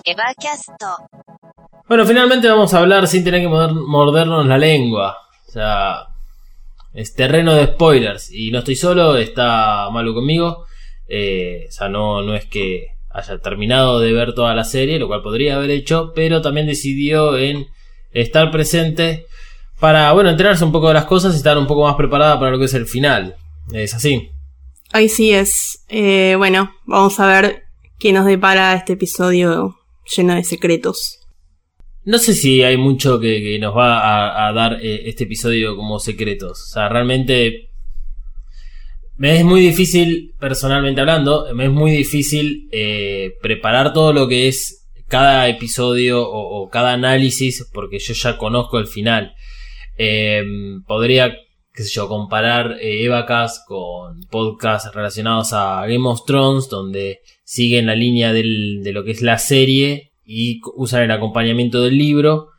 EVAcast. Bueno, finalmente vamos a hablar sin tener que mordernos la lengua. O sea, es terreno de spoilers. Y no estoy solo, está Malu conmigo. O sea, no es que haya terminado de ver toda la serie, lo cual podría haber hecho, pero también decidió en estar presente para, bueno, enterarse un poco de las cosas y estar un poco más preparada para lo que es el final. ¿Es así? Ahí sí es. Bueno, vamos a ver qué nos depara este episodio lleno de secretos. No sé si hay mucho que nos va a dar este episodio como secretos. O sea, realmente me es muy difícil, personalmente hablando, me es muy difícil preparar todo lo que es cada episodio o cada análisis, porque yo ya conozco el final. Podría, qué sé yo, comparar EVAcast con podcasts relacionados a Game of Thrones, donde siguen la línea de lo que es la serie y usan el acompañamiento del libro.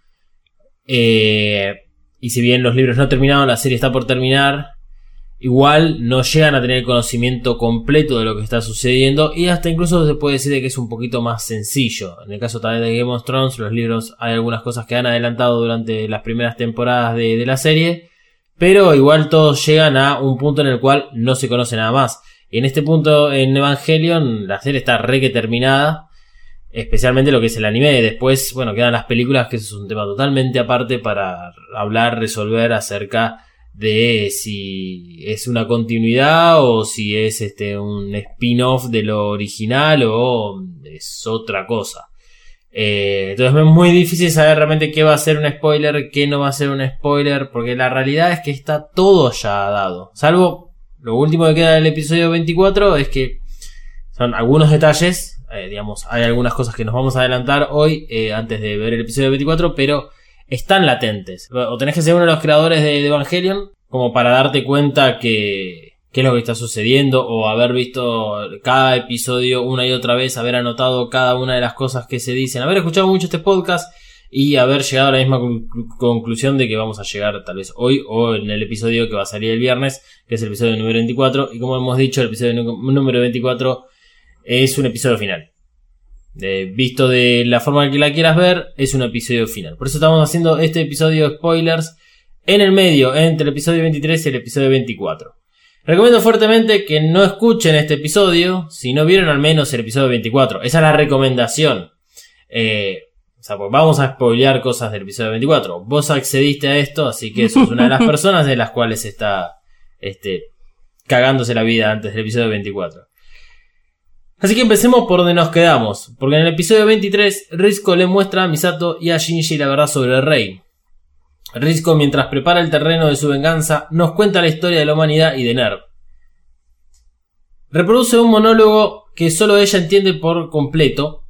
Y si bien los libros no terminaron, la serie está por terminar, igual no llegan a tener el conocimiento completo de lo que está sucediendo, y hasta incluso se puede decir de que es un poquito más sencillo. En el caso también de Game of Thrones, los libros hay algunas cosas que han adelantado durante las primeras temporadas de la serie, pero igual todos llegan a un punto en el cual no se conoce nada más. Y en este punto en Evangelion la serie está re que terminada, especialmente lo que es el anime. Después, bueno, quedan las películas, que eso es un tema totalmente aparte para hablar, resolver acerca de si es una continuidad o si es un spin-off de lo original o es otra cosa. Entonces es muy difícil saber realmente qué va a ser un spoiler, qué no va a ser un spoiler, porque la realidad es que está todo ya dado, salvo lo último que queda del episodio 24, es que son algunos detalles, digamos, hay algunas cosas que nos vamos a adelantar hoy antes de ver el episodio 24, pero están latentes. O tenés que ser uno de los creadores de Evangelion como para darte cuenta que qué es lo que está sucediendo, o haber visto cada episodio una y otra vez, haber anotado cada una de las cosas que se dicen, haber escuchado mucho este podcast y haber llegado a la misma conclusión de que vamos a llegar tal vez hoy o en el episodio que va a salir el viernes, que es el episodio número 24. Y como hemos dicho, el episodio número 24 es un episodio final. Visto de la forma en que la quieras ver, es un episodio final. Por eso estamos haciendo este episodio de spoilers en el medio, entre el episodio 23 y el episodio 24. Recomiendo fuertemente que no escuchen este episodio si no vieron al menos el episodio 24. Esa es la recomendación. O sea, pues vamos a spoilear cosas del episodio 24. Vos accediste a esto, así que sos una de las personas de las cuales está cagándose la vida antes del episodio 24. Así que empecemos por donde nos quedamos, porque en el episodio 23 Rizko le muestra a Misato y a Shinji la verdad sobre el rey. Rizko, mientras prepara el terreno de su venganza, nos cuenta la historia de la humanidad y de NERV. Reproduce un monólogo que solo ella entiende por completo,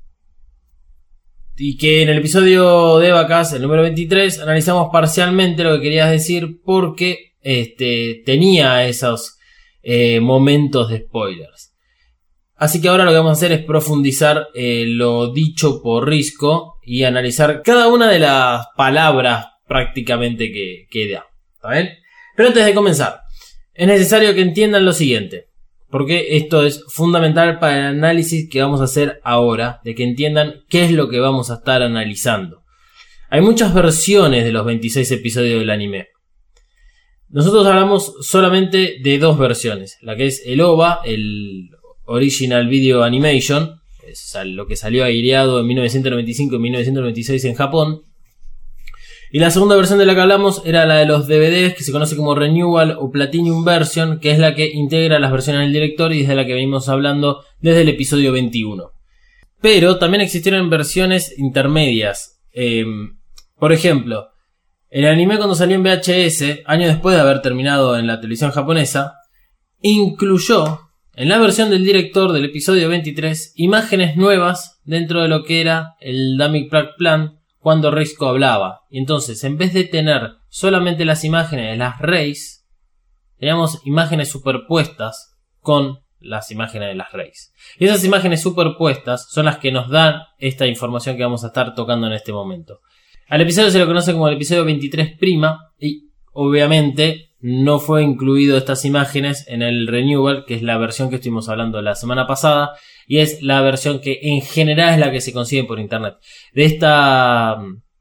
y que en el episodio de EVAcast, el número 23, analizamos parcialmente lo que querías decir, porque tenía esos momentos de spoilers. Así que ahora lo que vamos a hacer es profundizar lo dicho por Rizko y analizar cada una de las palabras prácticamente que da. ¿Está bien? Pero antes de comenzar, es necesario que entiendan lo siguiente, porque esto es fundamental para el análisis que vamos a hacer ahora, de que entiendan qué es lo que vamos a estar analizando. Hay muchas versiones de los 26 episodios del anime. Nosotros hablamos solamente de dos versiones, la que es el OVA, el Original Video Animation, es lo que salió aireado en 1995 y 1996 en Japón. Y la segunda versión de la que hablamos era la de los DVDs, que se conoce como Renewal o Platinum Version, que es la que integra las versiones del director y es de la que venimos hablando desde el episodio 21. Pero también existieron versiones intermedias. Por ejemplo, el anime, cuando salió en VHS, años después de haber terminado en la televisión japonesa, incluyó en la versión del director del episodio 23 imágenes nuevas dentro de lo que era el Dummy Plug Plan cuando Rizko hablaba. Y entonces, en vez de tener solamente las imágenes de las Reis, teníamos imágenes superpuestas con las imágenes de las Reis. Y esas imágenes superpuestas son las que nos dan esta información que vamos a estar tocando en este momento. Al episodio se lo conoce como el episodio 23 prima, y obviamente no fue incluido estas imágenes en el Renewal, que es la versión que estuvimos hablando la semana pasada, y es la versión que en general es la que se consigue por internet. De esta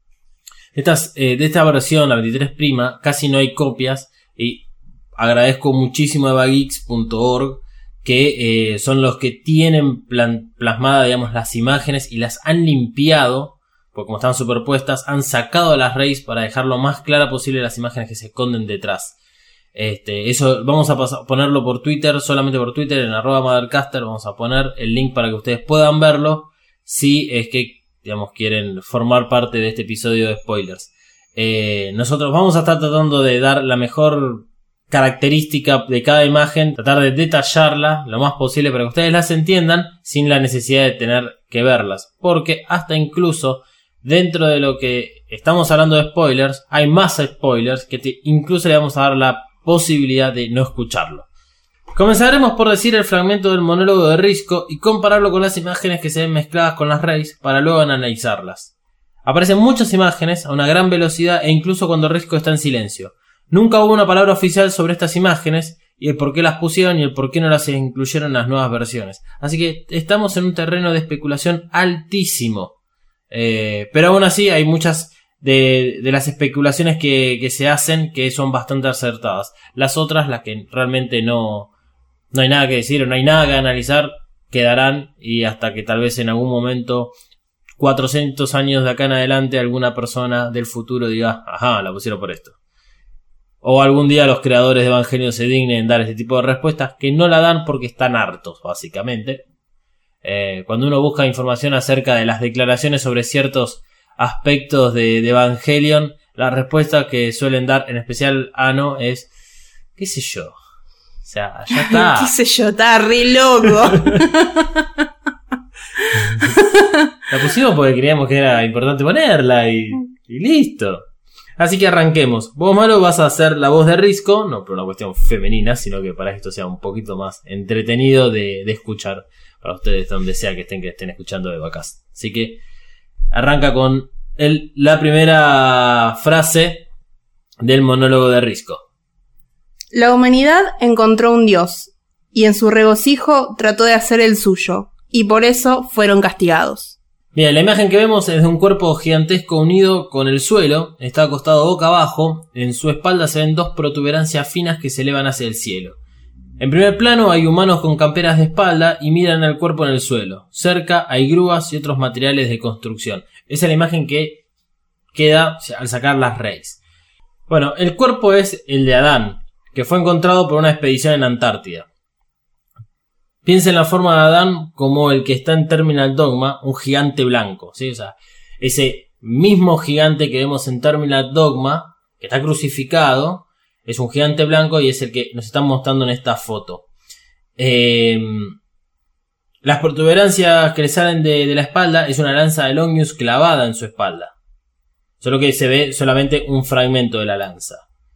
versión, la 23 prima, casi no hay copias, y agradezco muchísimo a evageeks.org, que son los que tienen plasmada, digamos, las imágenes y las han limpiado, porque como están superpuestas, han sacado las raíces para dejar lo más clara posible las imágenes que se esconden detrás. Eso vamos a ponerlo por Twitter, solamente por Twitter, en @Mothercaster. Vamos a poner el link para que ustedes puedan verlo, si es que, digamos, quieren formar parte de este episodio de spoilers. Nosotros vamos a estar tratando de dar la mejor característica de cada imagen, tratar de detallarla lo más posible para que ustedes las entiendan sin la necesidad de tener que verlas, porque hasta incluso dentro de lo que estamos hablando de spoilers, hay más spoilers que incluso le vamos a dar la posibilidad de no escucharlo. Comenzaremos por decir el fragmento del monólogo de Risco y compararlo con las imágenes que se ven mezcladas con las raíces para luego analizarlas. Aparecen muchas imágenes a una gran velocidad e incluso cuando Risco está en silencio. Nunca hubo una palabra oficial sobre estas imágenes y el por qué las pusieron y el por qué no las incluyeron en las nuevas versiones. Así que estamos en un terreno de especulación altísimo. Pero aún así hay muchas de las especulaciones que se hacen que son bastante acertadas. Las otras, las que realmente no hay nada que decir o no hay nada que analizar, quedarán, y hasta que tal vez en algún momento, 400 años de acá en adelante, alguna persona del futuro diga, ajá, la pusieron por esto. O algún día los creadores de Evangelion se dignen dar este tipo de respuestas, que no la dan porque están hartos, básicamente. Cuando uno busca información acerca de las declaraciones sobre ciertos aspectos de Evangelion, la respuesta que suelen dar, en especial Ano, es qué sé yo. O sea, ya está. Qué sé yo, está re loco. La pusimos porque creíamos que era importante ponerla y listo. Así que arranquemos. Vos, Malo, vas a hacer la voz de Risco, no por una cuestión femenina, sino que para que esto sea un poquito más entretenido de escuchar para ustedes donde sea que estén escuchando de Vacas. Así que arranca con la primera frase del monólogo de Risco. La humanidad encontró un dios, y en su regocijo trató de hacer el suyo, y por eso fueron castigados. Bien, la imagen que vemos es de un cuerpo gigantesco unido con el suelo, está acostado boca abajo, en su espalda se ven dos protuberancias finas que se elevan hacia el cielo. En primer plano hay humanos con camperas de espalda y miran al cuerpo en el suelo. Cerca hay grúas y otros materiales de construcción. Esa es la imagen que queda al sacar las raíces. Bueno, el cuerpo es el de Adán, que fue encontrado por una expedición en Antártida. Piensa en la forma de Adán como el que está en Terminal Dogma, un gigante blanco, ¿sí? O sea, ese mismo gigante que vemos en Terminal Dogma, que está crucificado, es un gigante blanco y es el que nos están mostrando en esta foto. Las protuberancias que le salen de la espalda es una lanza de Longius clavada en su espalda. Solo que se ve solamente un fragmento de la lanza.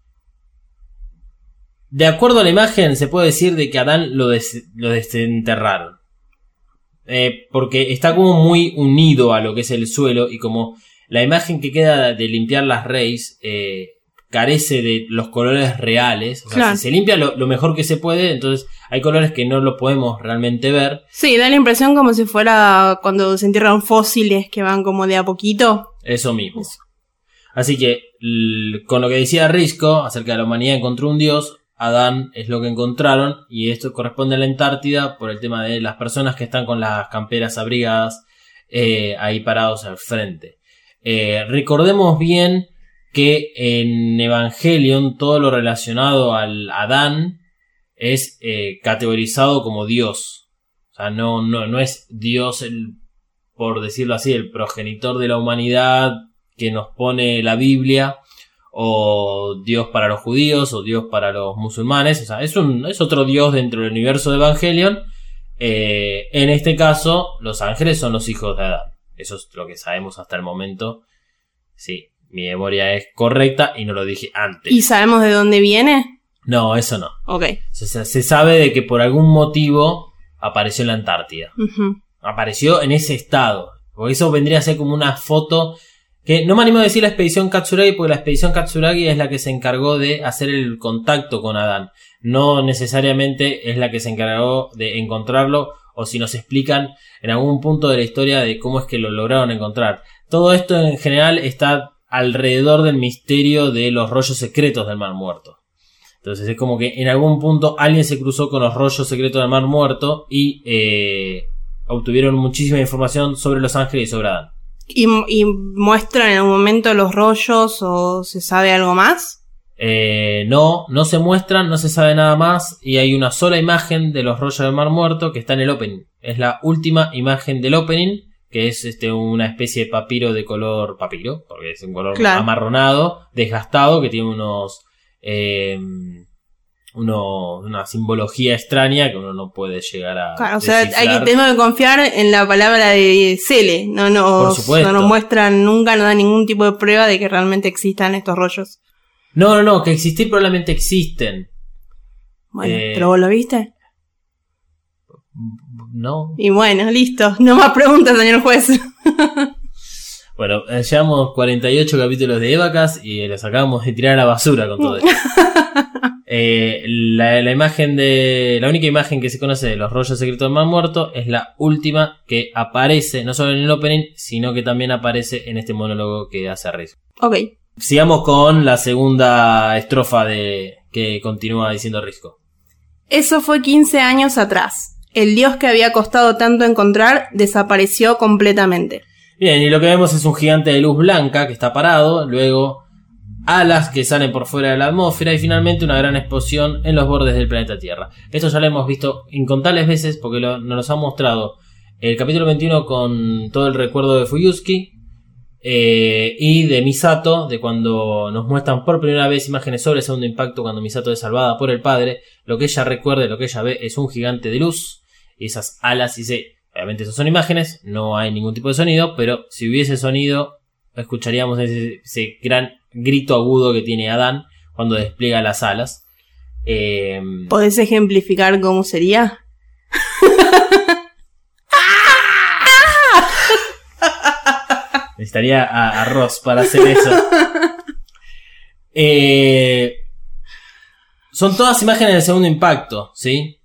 De acuerdo a la imagen se puede decir de que Adán lo desenterraron. Porque está como muy unido a lo que es el suelo y como la imagen que queda de limpiar las raíces carece de los colores reales. O sea, claro. Si se limpia lo mejor que se puede, entonces hay colores que no lo podemos realmente ver. Sí, da la impresión como si fuera cuando se entierran fósiles que van como de a poquito. Eso mismo. Así que con lo que decía Risco acerca de la humanidad encontró un dios, Adán es lo que encontraron, y esto corresponde a la Antártida por el tema de las personas que están con las camperas abrigadas ahí parados al frente. Recordemos bien que en Evangelion todo lo relacionado al Adán es categorizado como Dios. O sea, no es Dios, por decirlo así, el progenitor de la humanidad que nos pone la Biblia, o Dios para los judíos, o Dios para los musulmanes. O sea, es otro Dios dentro del universo de Evangelion. En este caso, los ángeles son los hijos de Adán. Eso es lo que sabemos hasta el momento. Sí, mi memoria es correcta y no lo dije antes. ¿Y sabemos de dónde viene? No, eso no. Ok. Se sabe de que por algún motivo apareció en la Antártida. Uh-huh. Apareció en ese estado. Porque eso vendría a ser como una foto que no me animo a decir la expedición Katsuragi, porque la expedición Katsuragi es la que se encargó de hacer el contacto con Adán. No necesariamente es la que se encargó de encontrarlo o si nos explican en algún punto de la historia de cómo es que lo lograron encontrar. Todo esto en general está alrededor del misterio de los rollos secretos del Mar Muerto. Entonces es como que en algún punto alguien se cruzó con los rollos secretos del Mar Muerto y obtuvieron muchísima información sobre los ángeles y sobre Adán. ¿Y muestran en algún momento los rollos o se sabe algo más? No se muestran, no se sabe nada más y hay una sola imagen de los rollos del Mar Muerto que está en el opening. Es la última imagen del opening, que es una especie de papiro de color papiro, porque es un color amarronado, desgastado, que tiene una simbología extraña que uno no puede llegar a o sea, tenemos que confiar en la palabra de Cele. Por supuesto. No nos muestran nunca, no dan ningún tipo de prueba de que realmente existan estos rollos. No, que existir probablemente existen. Bueno, ¿pero vos lo viste? No. Y bueno, listo. No más preguntas, señor juez. Bueno, llevamos 48 capítulos de Evacas y los acabamos de tirar a la basura con todo esto. La única imagen que se conoce de los rollos secretos del Mar Muerto es la última que aparece, no solo en el opening, sino que también aparece en este monólogo que hace Riz. Ok. Sigamos con la segunda estrofa que continúa diciendo Risco. Eso fue 15 años atrás. El dios que había costado tanto encontrar desapareció completamente. Bien, y lo que vemos es un gigante de luz blanca que está parado, luego alas que salen por fuera de la atmósfera y finalmente una gran explosión en los bordes del planeta Tierra. Esto ya lo hemos visto incontables veces porque nos los ha mostrado el capítulo 21 con todo el recuerdo de Fuyusuki y de Misato, de cuando nos muestran por primera vez imágenes sobre el segundo impacto cuando Misato es salvada por el padre. Lo que ella recuerda, lo que ella ve es un gigante de luz y esas alas, obviamente esas son imágenes, no hay ningún tipo de sonido, pero si hubiese sonido escucharíamos ese gran grito agudo que tiene Adán cuando despliega las alas. ¿Podés ejemplificar cómo sería? Necesitaría a Ross para hacer eso. Son todas imágenes del segundo impacto, ¿sí?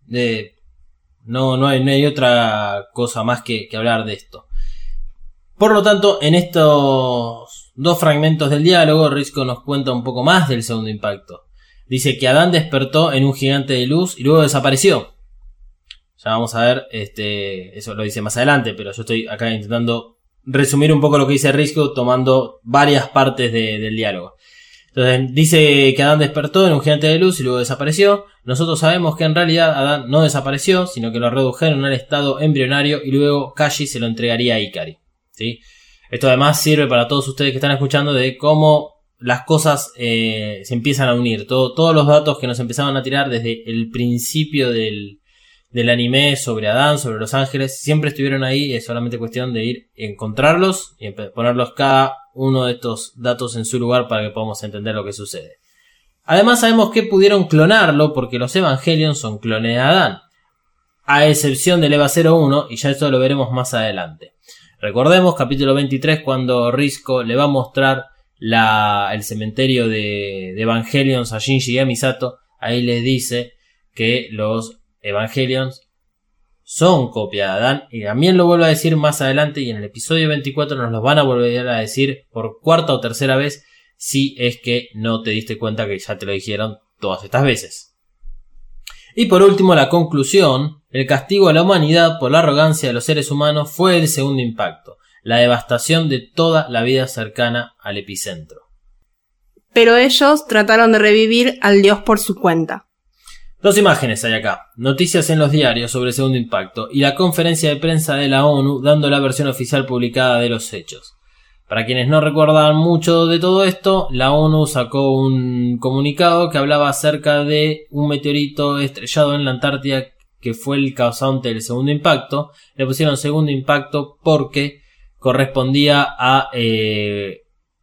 No hay otra cosa más que hablar de esto. Por lo tanto, en estos dos fragmentos del diálogo, Risco nos cuenta un poco más del segundo impacto. Dice que Adán despertó en un gigante de luz y luego desapareció. Ya vamos a ver, eso lo dice más adelante, pero yo estoy acá intentando resumir un poco lo que dice Risco tomando varias partes del diálogo. Entonces dice que Adán despertó en un gigante de luz y luego desapareció. Nosotros sabemos que en realidad Adán no desapareció, sino que lo redujeron al estado embrionario y luego Kaji se lo entregaría a Ikari, ¿sí? Esto además sirve para todos ustedes que están escuchando de cómo las cosas se empiezan a unir. Todos los datos que nos empezaban a tirar desde el principio del anime sobre Adán, sobre los ángeles, siempre estuvieron ahí. Es solamente cuestión de ir a encontrarlos y ponerlos cada uno de estos datos en su lugar para que podamos entender lo que sucede. Además sabemos que pudieron clonarlo porque los Evangelions son clones de Adán, a excepción del EVA 01, y ya esto lo veremos más adelante. Recordemos capítulo 23 cuando Risco le va a mostrar el cementerio de Evangelions a Shinji y a Misato. Ahí les dice que los Evangelions son copia de Adán, y también lo vuelvo a decir más adelante, y en el episodio 24 nos los van a volver a decir por cuarta o tercera vez, si es que no te diste cuenta que ya te lo dijeron todas estas veces. Y por último, la conclusión: el castigo a la humanidad por la arrogancia de los seres humanos fue el segundo impacto, la devastación de toda la vida cercana al epicentro. Pero ellos trataron de revivir al dios por su cuenta. Dos imágenes hay acá: noticias en los diarios sobre el segundo impacto y la conferencia de prensa de la ONU dando la versión oficial publicada de los hechos. Para quienes no recuerdan mucho de todo esto, la ONU sacó un comunicado que hablaba acerca de un meteorito estrellado en la Antártida que fue el causante del segundo impacto. Le pusieron segundo impacto porque correspondía a el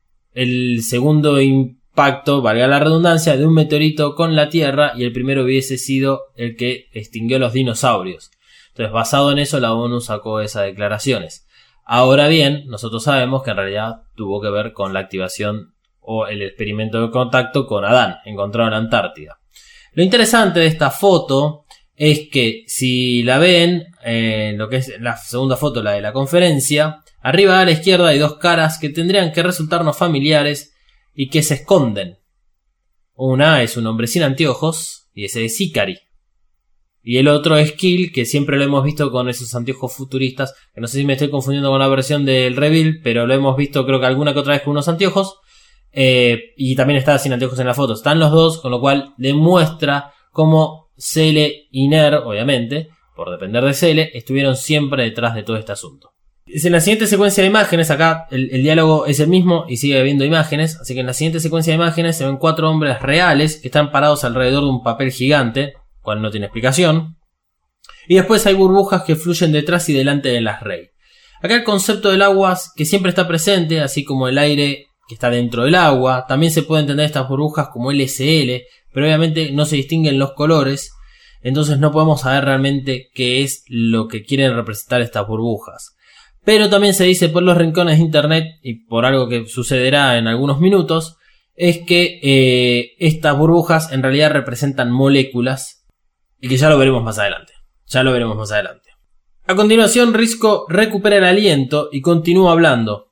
segundo impacto, valga la redundancia, de un meteorito con la Tierra, y el primero hubiese sido el que extinguió los dinosaurios. Entonces, basado en eso, la ONU sacó esas declaraciones. Ahora bien, nosotros sabemos que en realidad tuvo que ver con la activación o el experimento de contacto con Adán, encontrado en la Antártida. Lo interesante de esta foto es que si la ven, lo que es la segunda foto, la de la conferencia, arriba a la izquierda hay dos caras que tendrían que resultarnos familiares y que se esconden. Una es un hombre sin anteojos y ese es Ikari. Y el otro es Kill, que siempre lo hemos visto con esos anteojos futuristas, que no sé si me estoy confundiendo con la versión del Reveal, pero lo hemos visto creo que alguna que otra vez con unos anteojos. Y también está sin anteojos en la foto. Están los dos, con lo cual demuestra cómo Cele y Ner, obviamente, por depender de Cele, estuvieron siempre detrás de todo este asunto. En la siguiente secuencia de imágenes, acá el diálogo es el mismo y sigue habiendo imágenes, así que en la siguiente secuencia de imágenes se ven 4 hombres reales que están parados alrededor de un papel gigante, cual no tiene explicación, y después hay burbujas que fluyen detrás y delante de las Rey. Acá el concepto del agua que siempre está presente, así como el aire que está dentro del agua. También se puede entender estas burbujas como LSL, pero obviamente no se distinguen los colores, entonces no podemos saber realmente qué es lo que quieren representar estas burbujas. Pero también se dice por los rincones de internet, y por algo que sucederá en algunos minutos, es que estas burbujas en realidad representan moléculas, y que ya lo veremos más adelante. A continuación, Risco recupera el aliento y continúa hablando.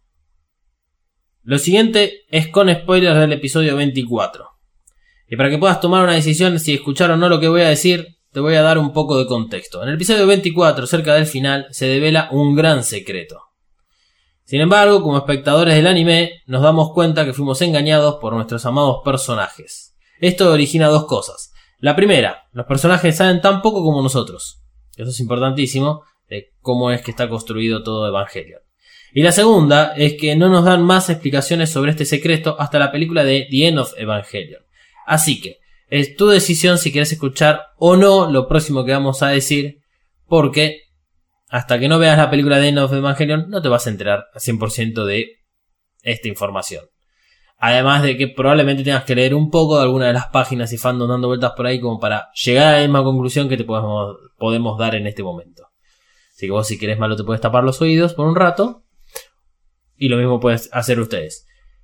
Lo siguiente es con spoilers del episodio 24. Y para que puedas tomar una decisión si escuchar o no lo que voy a decir, te voy a dar un poco de contexto. En el episodio 24, cerca del final, se devela un gran secreto. Sin embargo, como espectadores del anime, nos damos cuenta que fuimos engañados por nuestros amados personajes. Esto origina dos cosas. La primera, los personajes saben tan poco como nosotros. Eso es importantísimo, de cómo es que está construido todo Evangelion. Y la segunda es que no nos dan más explicaciones sobre este secreto hasta la película de The End of Evangelion. Así que es tu decisión si quieres escuchar o no lo próximo que vamos a decir, porque hasta que no veas la película de The End of Evangelion no te vas a enterar al 100% de esta información. Además de que probablemente tengas que leer un poco de alguna de las páginas y fandom dando vueltas por ahí como para llegar a la misma conclusión que te podemos dar en este momento. Así que vos, si querés malo, te puedes tapar los oídos por un rato. Y lo mismo puedes hacer ustedes.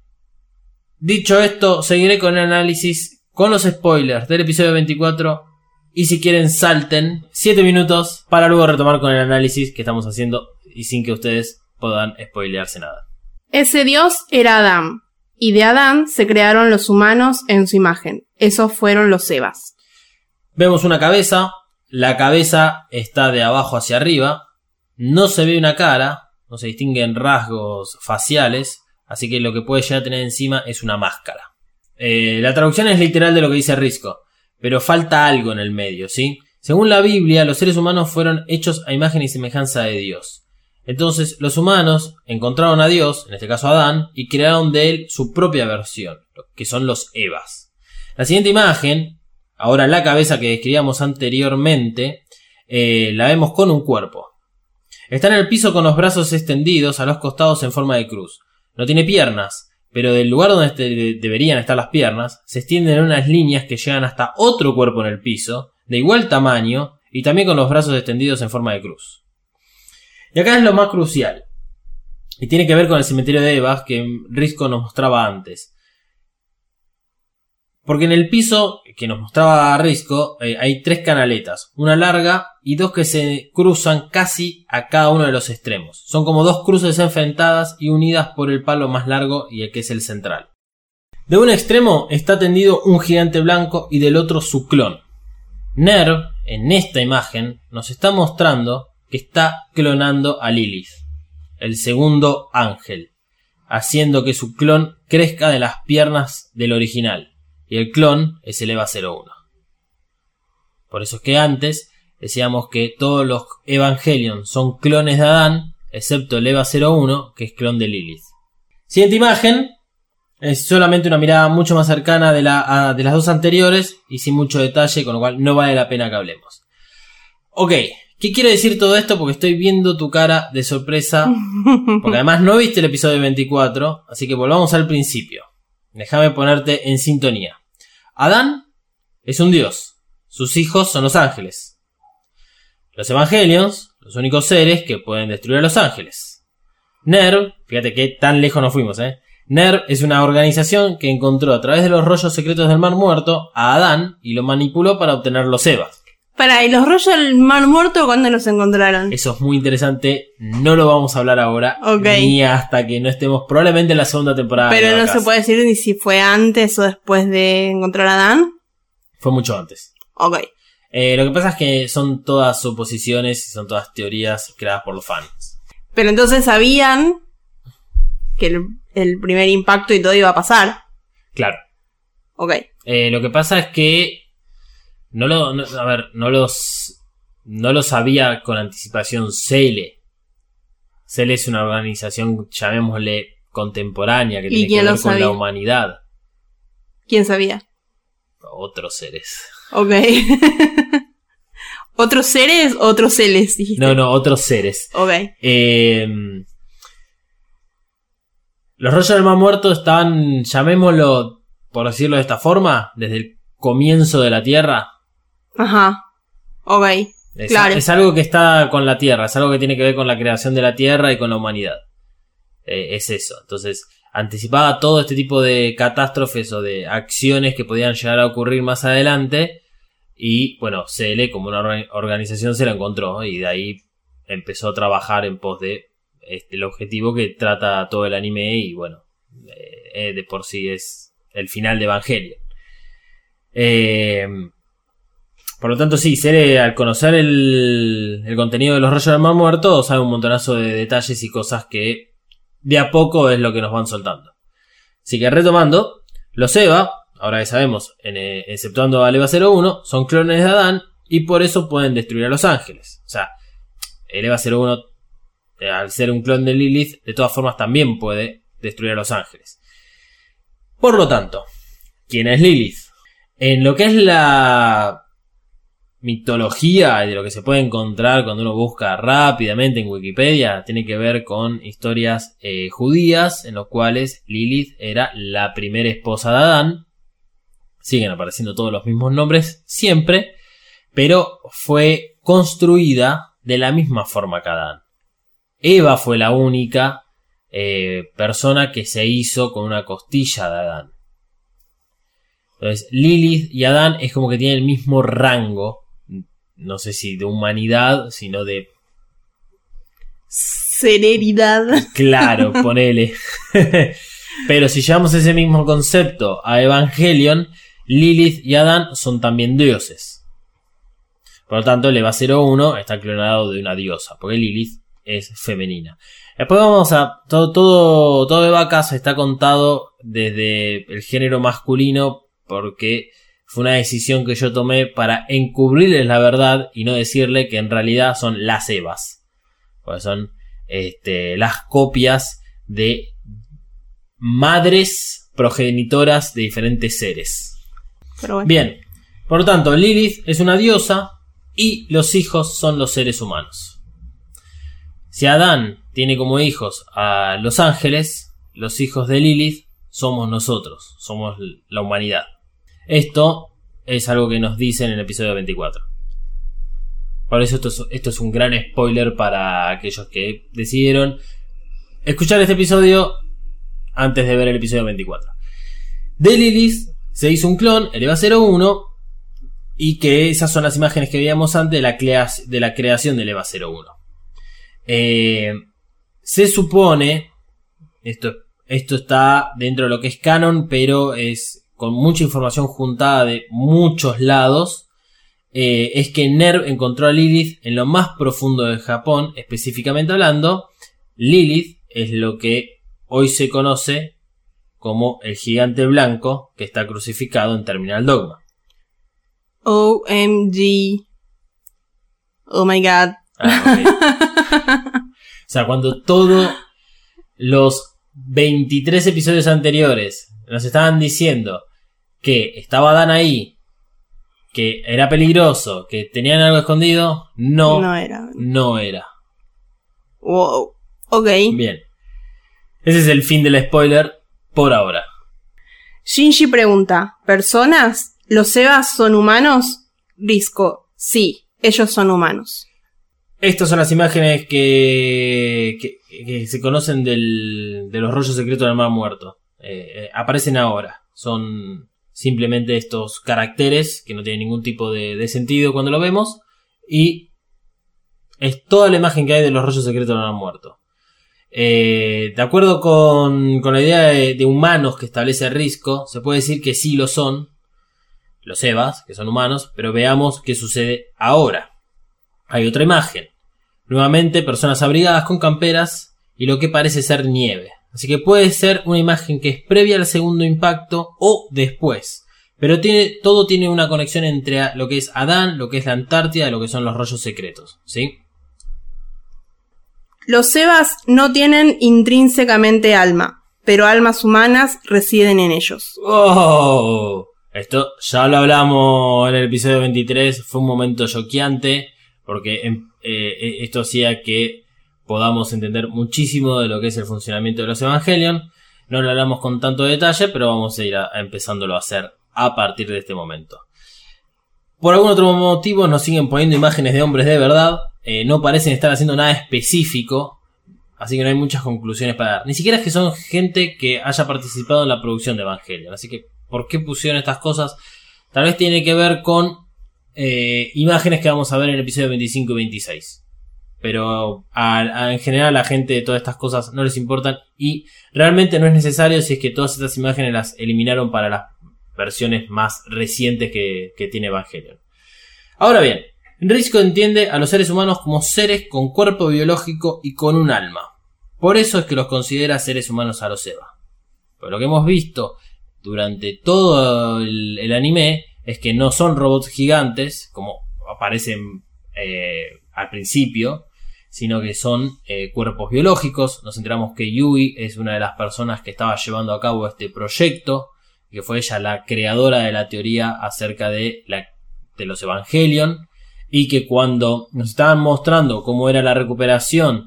Dicho esto, seguiré con el análisis, con los spoilers del episodio 24. Y si quieren, salten 7 minutos para luego retomar con el análisis que estamos haciendo y sin que ustedes puedan spoilearse nada. Ese dios era Adán. Y de Adán se crearon los humanos en su imagen. Esos fueron los Evas. Vemos una cabeza. La cabeza está de abajo hacia arriba. No se ve una cara. No se distinguen rasgos faciales. Así que lo que puede llegar a tener encima es una máscara. La traducción es literal de lo que dice Risco. Pero falta algo en el medio, ¿sí? Según la Biblia, los seres humanos fueron hechos a imagen y semejanza de Dios. Entonces los humanos encontraron a Dios, en este caso a Adán, y crearon de él su propia versión, que son los Evas. La siguiente imagen, ahora la cabeza que describíamos anteriormente, la vemos con un cuerpo. Está en el piso con los brazos extendidos a los costados en forma de cruz. No tiene piernas, pero del lugar donde deberían estar las piernas, se extienden unas líneas que llegan hasta otro cuerpo en el piso, de igual tamaño, y también con los brazos extendidos en forma de cruz. Y acá es lo más crucial. Y tiene que ver con el cementerio de Evas que Risco nos mostraba antes. Porque en el piso que nos mostraba Risco hay 3 canaletas. Una larga y 2 que se cruzan casi a cada uno de los extremos. Son como 2 cruces enfrentadas y unidas por el palo más largo y el que es el central. De un extremo está tendido un gigante blanco y del otro su clon. Ner, en esta imagen, nos está mostrando que está clonando a Lilith, el segundo ángel, haciendo que su clon crezca de las piernas del original, y el clon es el Eva 01. Por eso es que antes decíamos que todos los Evangelion son clones de Adán, excepto el Eva 01, que es clon de Lilith. Siguiente imagen es solamente una mirada mucho más cercana de las dos anteriores y sin mucho detalle, con lo cual no vale la pena que hablemos. Ok. ¿Qué quiere decir todo esto? Porque estoy viendo tu cara de sorpresa. Porque además no viste el episodio 24. Así que volvamos al principio. Déjame ponerte en sintonía. Adán es un dios. Sus hijos son los ángeles. Los Evangelions, los únicos seres que pueden destruir a los ángeles. Ner, fíjate que tan lejos nos fuimos, Ner es una organización que encontró a través de los rollos secretos del Mar Muerto a Adán y lo manipuló para obtener los Evas. ¿y los rollos del Mar Muerto cuándo los encontraron? Eso es muy interesante. No lo vamos a hablar ahora. Ni hasta que no estemos probablemente en la segunda temporada. Pero no se puede decir ni si fue antes o después de encontrar a Dan. Fue mucho antes. Ok. Lo que pasa es que son todas suposiciones y son todas teorías creadas por los fans. Pero entonces sabían que el primer impacto y todo iba a pasar. Claro. Ok. Lo que pasa es que no lo sabía con anticipación Sele. Sele es una organización, llamémosle, contemporánea, que tiene que ver con la humanidad. ¿Quién sabía? Otros seres. Ok. ¿Otros seres o otros seres, dijiste? No, otros seres. Ok. Los rollos del Mar Muerto están, llamémoslo, por decirlo de esta forma, desde el comienzo de la Tierra. Ajá. Ok. Claro. Es algo que está con la Tierra, es algo que tiene que ver con la creación de la Tierra y con la humanidad. Es eso. Entonces, anticipaba todo este tipo de catástrofes o de acciones que podían llegar a ocurrir más adelante. Y bueno, CL como una organización se la encontró y de ahí empezó a trabajar en pos de el objetivo que trata todo el anime y bueno, de por sí es el final de Evangelion. Por lo tanto sí, Sele al conocer el contenido de los rollos del Mar Muerto sabe un montonazo de detalles y cosas que de a poco es lo que nos van soltando. Así que retomando, los Eva, ahora que sabemos, exceptuando al Eva 01, son clones de Adán y por eso pueden destruir a los ángeles. O sea, el Eva 01, al ser un clon de Lilith, de todas formas también puede destruir a los ángeles. Por lo tanto, ¿quién es Lilith? En lo que es la mitología y de lo que se puede encontrar cuando uno busca rápidamente en Wikipedia, tiene que ver con historias judías en los cuales Lilith era la primera esposa de Adán. Siguen apareciendo todos los mismos nombres siempre, pero fue construida de la misma forma que Adán. Eva fue la única persona que se hizo con una costilla de Adán. Entonces Lilith y Adán es como que tienen el mismo rango, no sé si de humanidad, sino de serenidad. Claro, ponele. Pero si llevamos ese mismo concepto a Evangelion, Lilith y Adán son también dioses. Por lo tanto, el Eva 01 está clonado de una diosa, porque Lilith es femenina. Después vamos a... Todo Eva Casa está contado desde el género masculino, porque fue una decisión que yo tomé para encubrirles la verdad y no decirle que en realidad son las Evas. Porque son las copias de madres progenitoras de diferentes seres. Pero bueno. Bien, por lo tanto, Lilith es una diosa y los hijos son los seres humanos. Si Adán tiene como hijos a los ángeles, los hijos de Lilith somos nosotros, somos la humanidad. Esto es algo que nos dicen en el episodio 24. Por eso esto es un gran spoiler para aquellos que decidieron escuchar este episodio antes de ver el episodio 24. De Lilith se hizo un clon, el Eva 01, y que esas son las imágenes que veíamos antes de la creación del Eva 01. Se supone, esto está dentro de lo que es canon, pero es con mucha información juntada de muchos lados, es que NERV encontró a Lilith en lo más profundo de Japón. Específicamente hablando, Lilith es lo que hoy se conoce como el gigante blanco que está crucificado en Terminal Dogma. OMG. Oh my god. Okay. O sea, cuando todos los 23 episodios anteriores nos estaban diciendo que estaba Dan ahí, que era peligroso, que tenían algo escondido, no era. Wow. Ok. Bien. Ese es el fin del spoiler por ahora. Shinji pregunta, ¿personas? ¿Los Evas son humanos? Risco, sí, ellos son humanos. Estas son las imágenes que se conocen de los rollos secretos del Mar Muerto. Aparecen ahora. Son simplemente estos caracteres que no tienen ningún tipo de sentido cuando lo vemos, y es toda la imagen que hay de los rollos secretos de la muerto. De acuerdo con la idea de humanos que establece Risco, se puede decir que sí lo son, los Evas, que son humanos, pero veamos qué sucede ahora. Hay otra imagen. Nuevamente personas abrigadas con camperas y lo que parece ser nieve. Así que puede ser una imagen que es previa al segundo impacto o después. Pero todo tiene una conexión entre lo que es Adán, lo que es la Antártida y lo que son los rollos secretos, ¿sí? Los Evas no tienen intrínsecamente alma, pero almas humanas residen en ellos. ¡Oh! Esto ya lo hablamos en el episodio 23, fue un momento choqueante, porque esto hacía que podamos entender muchísimo de lo que es el funcionamiento de los Evangelion. No lo hablamos con tanto detalle, pero vamos a ir empezándolo a hacer a partir de este momento. Por algún otro motivo nos siguen poniendo imágenes de hombres de verdad. No parecen estar haciendo nada específico, así que no hay muchas conclusiones para dar. Ni siquiera es que son gente que haya participado en la producción de Evangelion. Así que, ¿por qué pusieron estas cosas? Tal vez tiene que ver con imágenes que vamos a ver en el episodio 25 y 26. Pero en general a la gente de todas estas cosas no les importan, y realmente no es necesario si es que todas estas imágenes las eliminaron para las versiones más recientes que tiene Evangelion. Ahora bien, Risco entiende a los seres humanos como seres con cuerpo biológico y con un alma. Por eso es que los considera seres humanos a los Eva. Pero lo que hemos visto durante todo el anime es que no son robots gigantes, como aparecen al principio, sino que son cuerpos biológicos. Nos enteramos que Yui es una de las personas que estaba llevando a cabo este proyecto, que fue ella la creadora de la teoría acerca de los Evangelion, y que cuando nos estaban mostrando cómo era la recuperación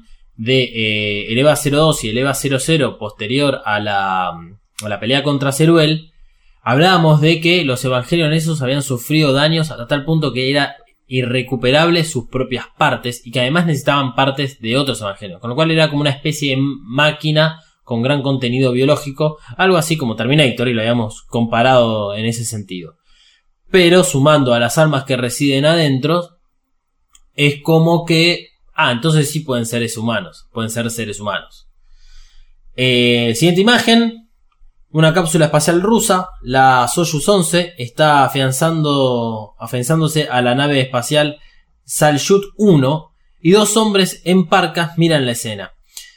de el EVA 02 y el EVA 00 posterior a la pelea contra Zeruel, hablábamos de que los Evangelion esos habían sufrido daños hasta tal punto que era irrecuperable sus propias partes, y que además necesitaban partes de otros Evangelion, con lo cual era como una especie de máquina con gran contenido biológico, algo así como Terminator, y lo habíamos comparado en ese sentido. Pero sumando a las almas que residen adentro, es como que entonces sí pueden ser seres humanos. Siguiente imagen. Una cápsula espacial rusa, la Soyuz 11, está afianzándose a la nave espacial Salyut 1, y dos hombres en parcas miran la escena.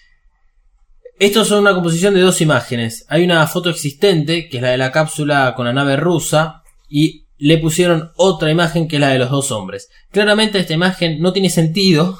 Estos son una composición de dos imágenes. Hay una foto existente, que es la de la cápsula con la nave rusa, y le pusieron otra imagen que es la de los dos hombres. Claramente esta imagen no tiene sentido,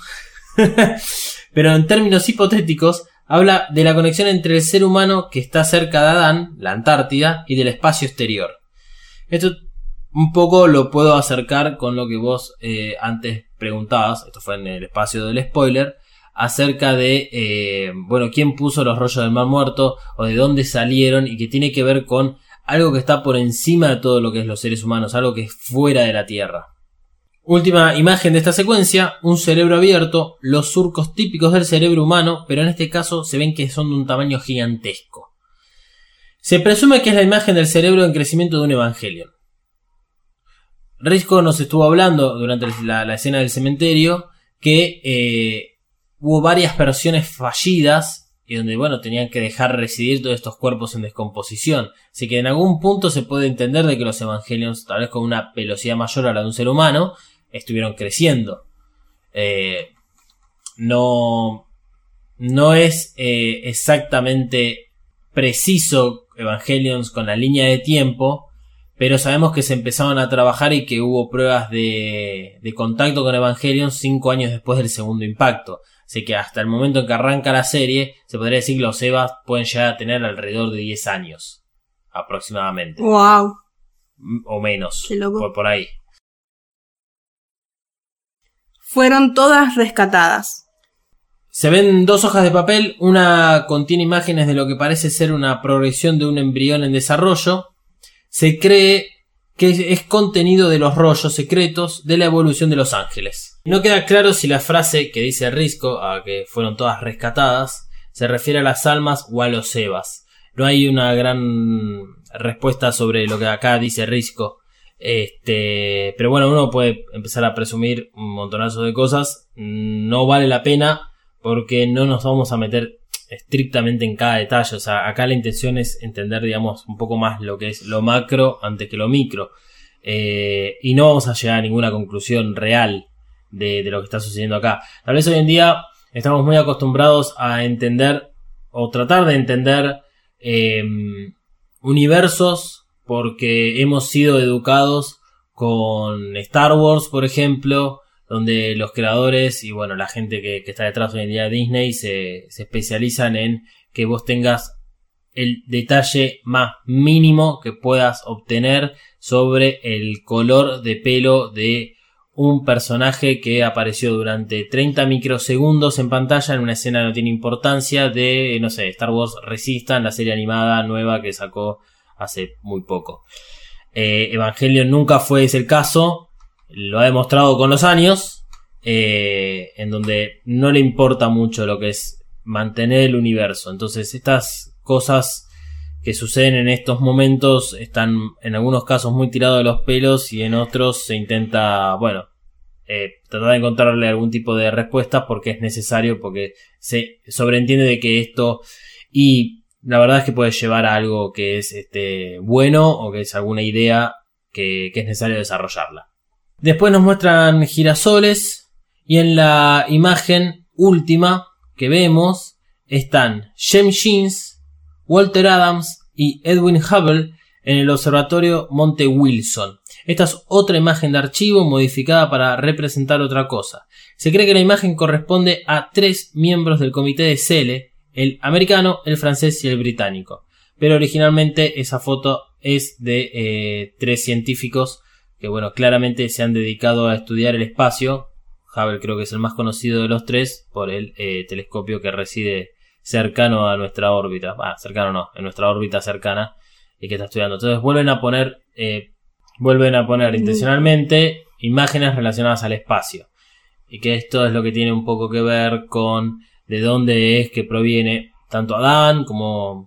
pero en términos hipotéticos habla de la conexión entre el ser humano que está cerca de Adán, la Antártida, y del espacio exterior. Esto un poco lo puedo acercar con lo que vos antes preguntabas, esto fue en el espacio del spoiler, acerca de, quién puso los rollos del Mar Muerto, o de dónde salieron, y que tiene que ver con algo que está por encima de todo lo que es los seres humanos, algo que es fuera de la Tierra. Última imagen de esta secuencia, un cerebro abierto, los surcos típicos del cerebro humano, pero en este caso se ven que son de un tamaño gigantesco. Se presume que es la imagen del cerebro en crecimiento de un Evangelion. Risco nos estuvo hablando durante la escena del cementerio que hubo varias versiones fallidas y donde tenían que dejar residir todos estos cuerpos en descomposición. Así que en algún punto se puede entender de que los Evangelions, tal vez con una velocidad mayor a la de un ser humano, estuvieron creciendo. No es exactamente preciso Evangelions con la línea de tiempo, pero sabemos que se empezaron a trabajar y que hubo pruebas de contacto con Evangelions 5 años después del segundo impacto. Así que hasta el momento en que arranca la serie, se podría decir que los Evas pueden llegar a tener alrededor de 10 años. Aproximadamente. ¡Wow! O menos. ¡Qué loco! Por ahí. Fueron todas rescatadas. Se ven dos hojas de papel. Una contiene imágenes de lo que parece ser una progresión de un embrión en desarrollo. Se cree que es contenido de los rollos secretos de la evolución de los ángeles. No queda claro si la frase que dice Risco, a que fueron todas rescatadas, se refiere a las almas o a los Evas. no hay una gran respuesta sobre lo que acá dice Risco. Pero bueno, uno puede empezar a presumir un montonazo de cosas. No vale la pena porque no nos vamos a meter estrictamente en cada detalle. O sea, acá la intención es entender, digamos, un poco más lo que es lo macro antes que lo micro. Y no vamos a llegar a ninguna conclusión real de lo que está sucediendo acá. Tal vez hoy en día estamos muy acostumbrados a entender o tratar de entender universos porque hemos sido educados con Star Wars, por ejemplo, donde los creadores y bueno, la gente que está detrás hoy en día de Disney se especializan en que vos tengas el detalle más mínimo que puedas obtener sobre el color de pelo de un personaje que apareció durante 30 microsegundos en pantalla en una escena que no tiene importancia de, no sé, Star Wars Resistance, la serie animada nueva que sacó hace muy poco. Evangelion nunca fue ese el caso, lo ha demostrado con los años, en donde no le importa mucho lo que es mantener el universo. Entonces estas cosas que suceden en estos momentos están en algunos casos muy tirados de los pelos y en otros se intenta, bueno, tratar de encontrarle algún tipo de respuesta porque es necesario, porque se sobreentiende de que esto, y la verdad es que puede llevar a algo que es bueno o que es alguna idea que es necesario desarrollarla. Después nos muestran girasoles y en la imagen última que vemos están James Jeans, Walter Adams y Edwin Hubble en el observatorio Monte Wilson. Esta es otra imagen de archivo modificada para representar otra cosa. Se cree que la imagen corresponde a 3 miembros del comité de Cele, el americano, el francés y el británico. Pero originalmente esa foto es de 3 científicos que, bueno, claramente se han dedicado a estudiar el espacio. Hubble creo que es el más conocido de los 3 por el telescopio que reside cercano a nuestra órbita. Cercano no, en nuestra órbita cercana y que está estudiando. Entonces vuelven a poner intencionalmente imágenes relacionadas al espacio. Y que esto es lo que tiene un poco que ver con de dónde es que proviene tanto Adán como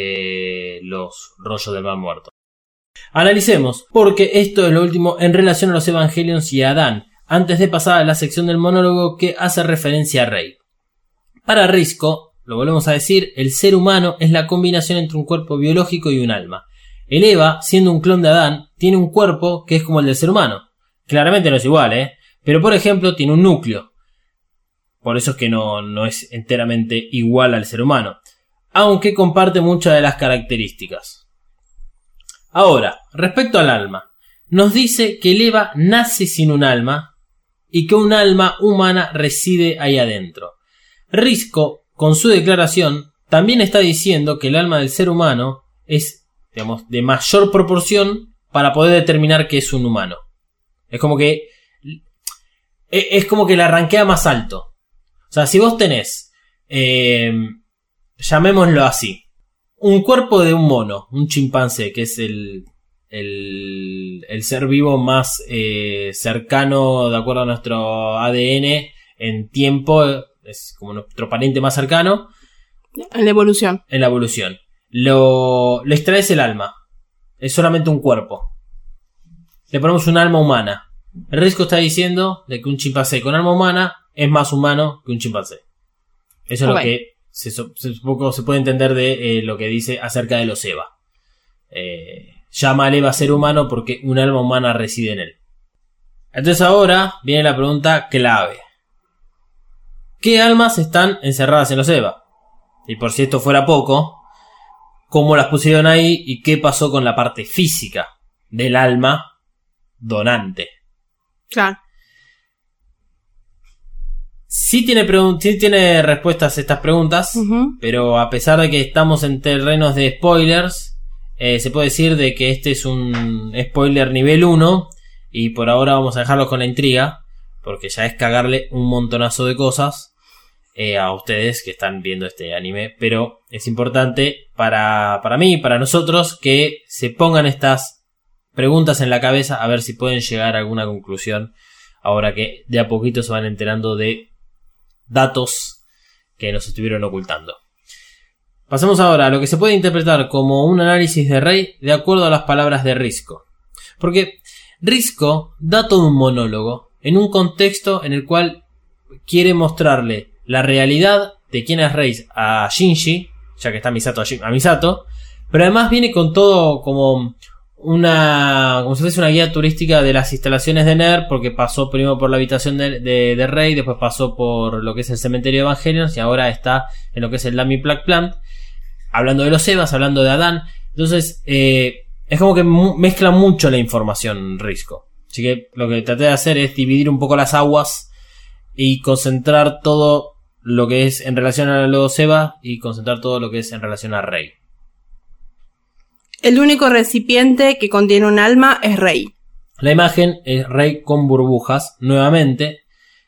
los rollos del Mar Muerto. Analicemos, porque esto es lo último en relación a los Evangelions y a Adán, antes de pasar a la sección del monólogo que hace referencia a Rey. Para Risco, lo volvemos a decir, el ser humano es la combinación entre un cuerpo biológico y un alma. El Eva, siendo un clon de Adán, tiene un cuerpo que es como el del ser humano. Claramente no es igual, pero por ejemplo tiene un núcleo. Por eso es que no es enteramente igual al ser humano, aunque comparte muchas de las características. Ahora, respecto al alma, nos dice que el Eva nace sin un alma y que un alma humana reside ahí adentro. Risco, con su declaración, también está diciendo que el alma del ser humano es, digamos, de mayor proporción para poder determinar que es un humano. Es como que la rankea más alto. O sea, si vos tenés, llamémoslo así, un cuerpo de un mono, un chimpancé, que es el ser vivo más cercano de acuerdo a nuestro ADN en tiempo, es como nuestro pariente más cercano. En la evolución. En la evolución. Le extraes el alma. Es solamente un cuerpo. Le ponemos un alma humana. El Risco está diciendo de que un chimpancé con alma humana es más humano que un chimpancé. Eso es lo que se puede entender de lo que dice acerca de los Eva. Llama al Eva ser humano porque un alma humana reside en él. Entonces ahora viene la pregunta clave. ¿Qué almas están encerradas en los Eva? Y por si esto fuera poco, ¿cómo las pusieron ahí y qué pasó con la parte física del alma donante? Claro. Sí tiene respuestas a estas preguntas, pero a pesar de que estamos en terrenos de spoilers, se puede decir de que este es un spoiler nivel 1 y por ahora vamos a dejarlo con la intriga, porque ya es cagarle un montonazo de cosas a ustedes que están viendo este anime, pero es importante para mí y para nosotros que se pongan estas preguntas en la cabeza a ver si pueden llegar a alguna conclusión ahora que de a poquito se van enterando de datos que nos estuvieron ocultando. Pasemos ahora a lo que se puede interpretar como un análisis de Rey de acuerdo a las palabras de Rizko. Porque Rizko da todo un monólogo en un contexto en el cual quiere mostrarle la realidad de quién es Rey a Shinji, ya que está a Misato, pero además viene con todo como si fuese una guía turística de las instalaciones de NERV, porque pasó primero por la habitación de Rey, después pasó por lo que es el cementerio de Evangelion y ahora está en lo que es el Lamy Plague Plant, hablando de los Evas, hablando de Adán. Entonces es como que mezcla mucho la información Rizko. Así que lo que traté de hacer es dividir un poco las aguas y concentrar todo lo que es en relación a los Eva y concentrar todo lo que es en relación a Rey. El único recipiente que contiene un alma es Rey. La imagen es Rey con burbujas, nuevamente.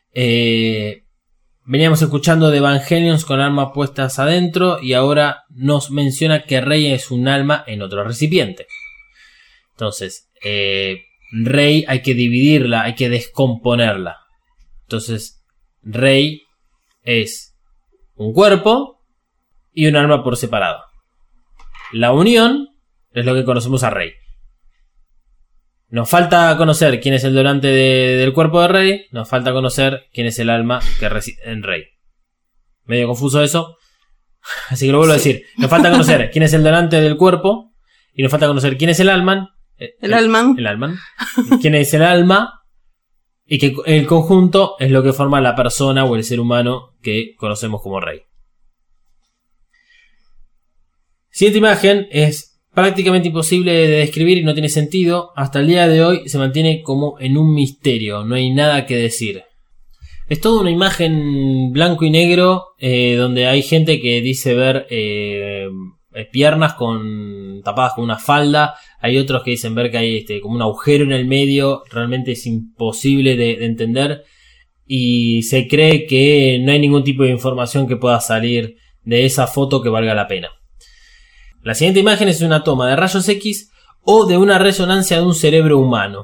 Veníamos escuchando de Evangelions con almas puestas adentro y ahora nos menciona que Rey es un alma en otro recipiente. Entonces, Rey hay que dividirla, hay que descomponerla. Entonces, Rey es un cuerpo y un alma por separado. La unión es lo que conocemos a Rey. Nos falta conocer quién es el donante del cuerpo de Rey. Nos falta conocer quién es el alma que reside en Rey. Medio confuso eso, así que lo vuelvo a decir. Nos falta conocer quién es el donante del cuerpo. Y nos falta conocer quién es el alma. El alma. Quién es el alma. Y que el conjunto es lo que forma la persona o el ser humano que conocemos como Rey. Siguiente imagen es prácticamente imposible de describir y no tiene sentido. Hasta el día de hoy se mantiene como en un misterio. No hay nada que decir. Es toda una imagen blanco y negro donde hay gente que dice ver piernas tapadas con una falda. Hay otros que dicen ver que hay como un agujero en el medio. Realmente es imposible de entender. Y se cree que no hay ningún tipo de información que pueda salir de esa foto que valga la pena. La siguiente imagen es una toma de rayos X o de una resonancia de un cerebro humano.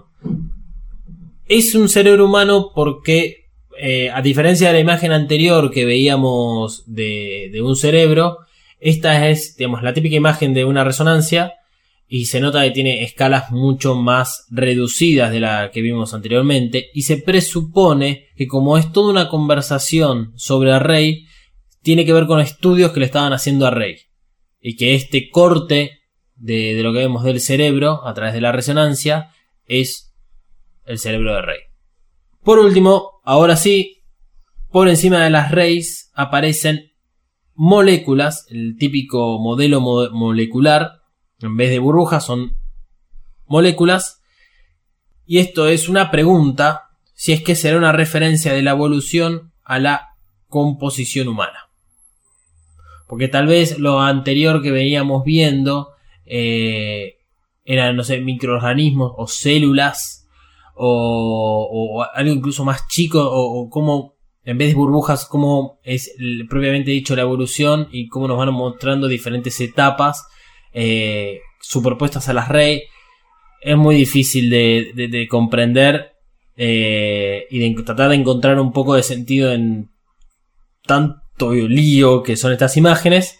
Es un cerebro humano porque, a diferencia de la imagen anterior que veíamos de un cerebro, esta es, digamos, la típica imagen de una resonancia y se nota que tiene escalas mucho más reducidas de la que vimos anteriormente y se presupone que como es toda una conversación sobre Rey, tiene que ver con estudios que le estaban haciendo a Rey. Y que este corte de lo que vemos del cerebro a través de la resonancia es el cerebro de Rey. Por último, ahora sí, por encima de las Reys aparecen moléculas, el típico modelo molecular. En vez de burbujas son moléculas. Y esto es una pregunta, si es que será una referencia de la evolución a la composición humana. Porque tal vez lo anterior que veníamos viendo eran, no sé, microorganismos o células o algo incluso más chico o como en vez de burbujas, como es propiamente dicho la evolución y cómo nos van mostrando diferentes etapas superpuestas a las Rey. Es muy difícil de comprender y de tratar de encontrar un poco de sentido en tanto lío que son estas imágenes,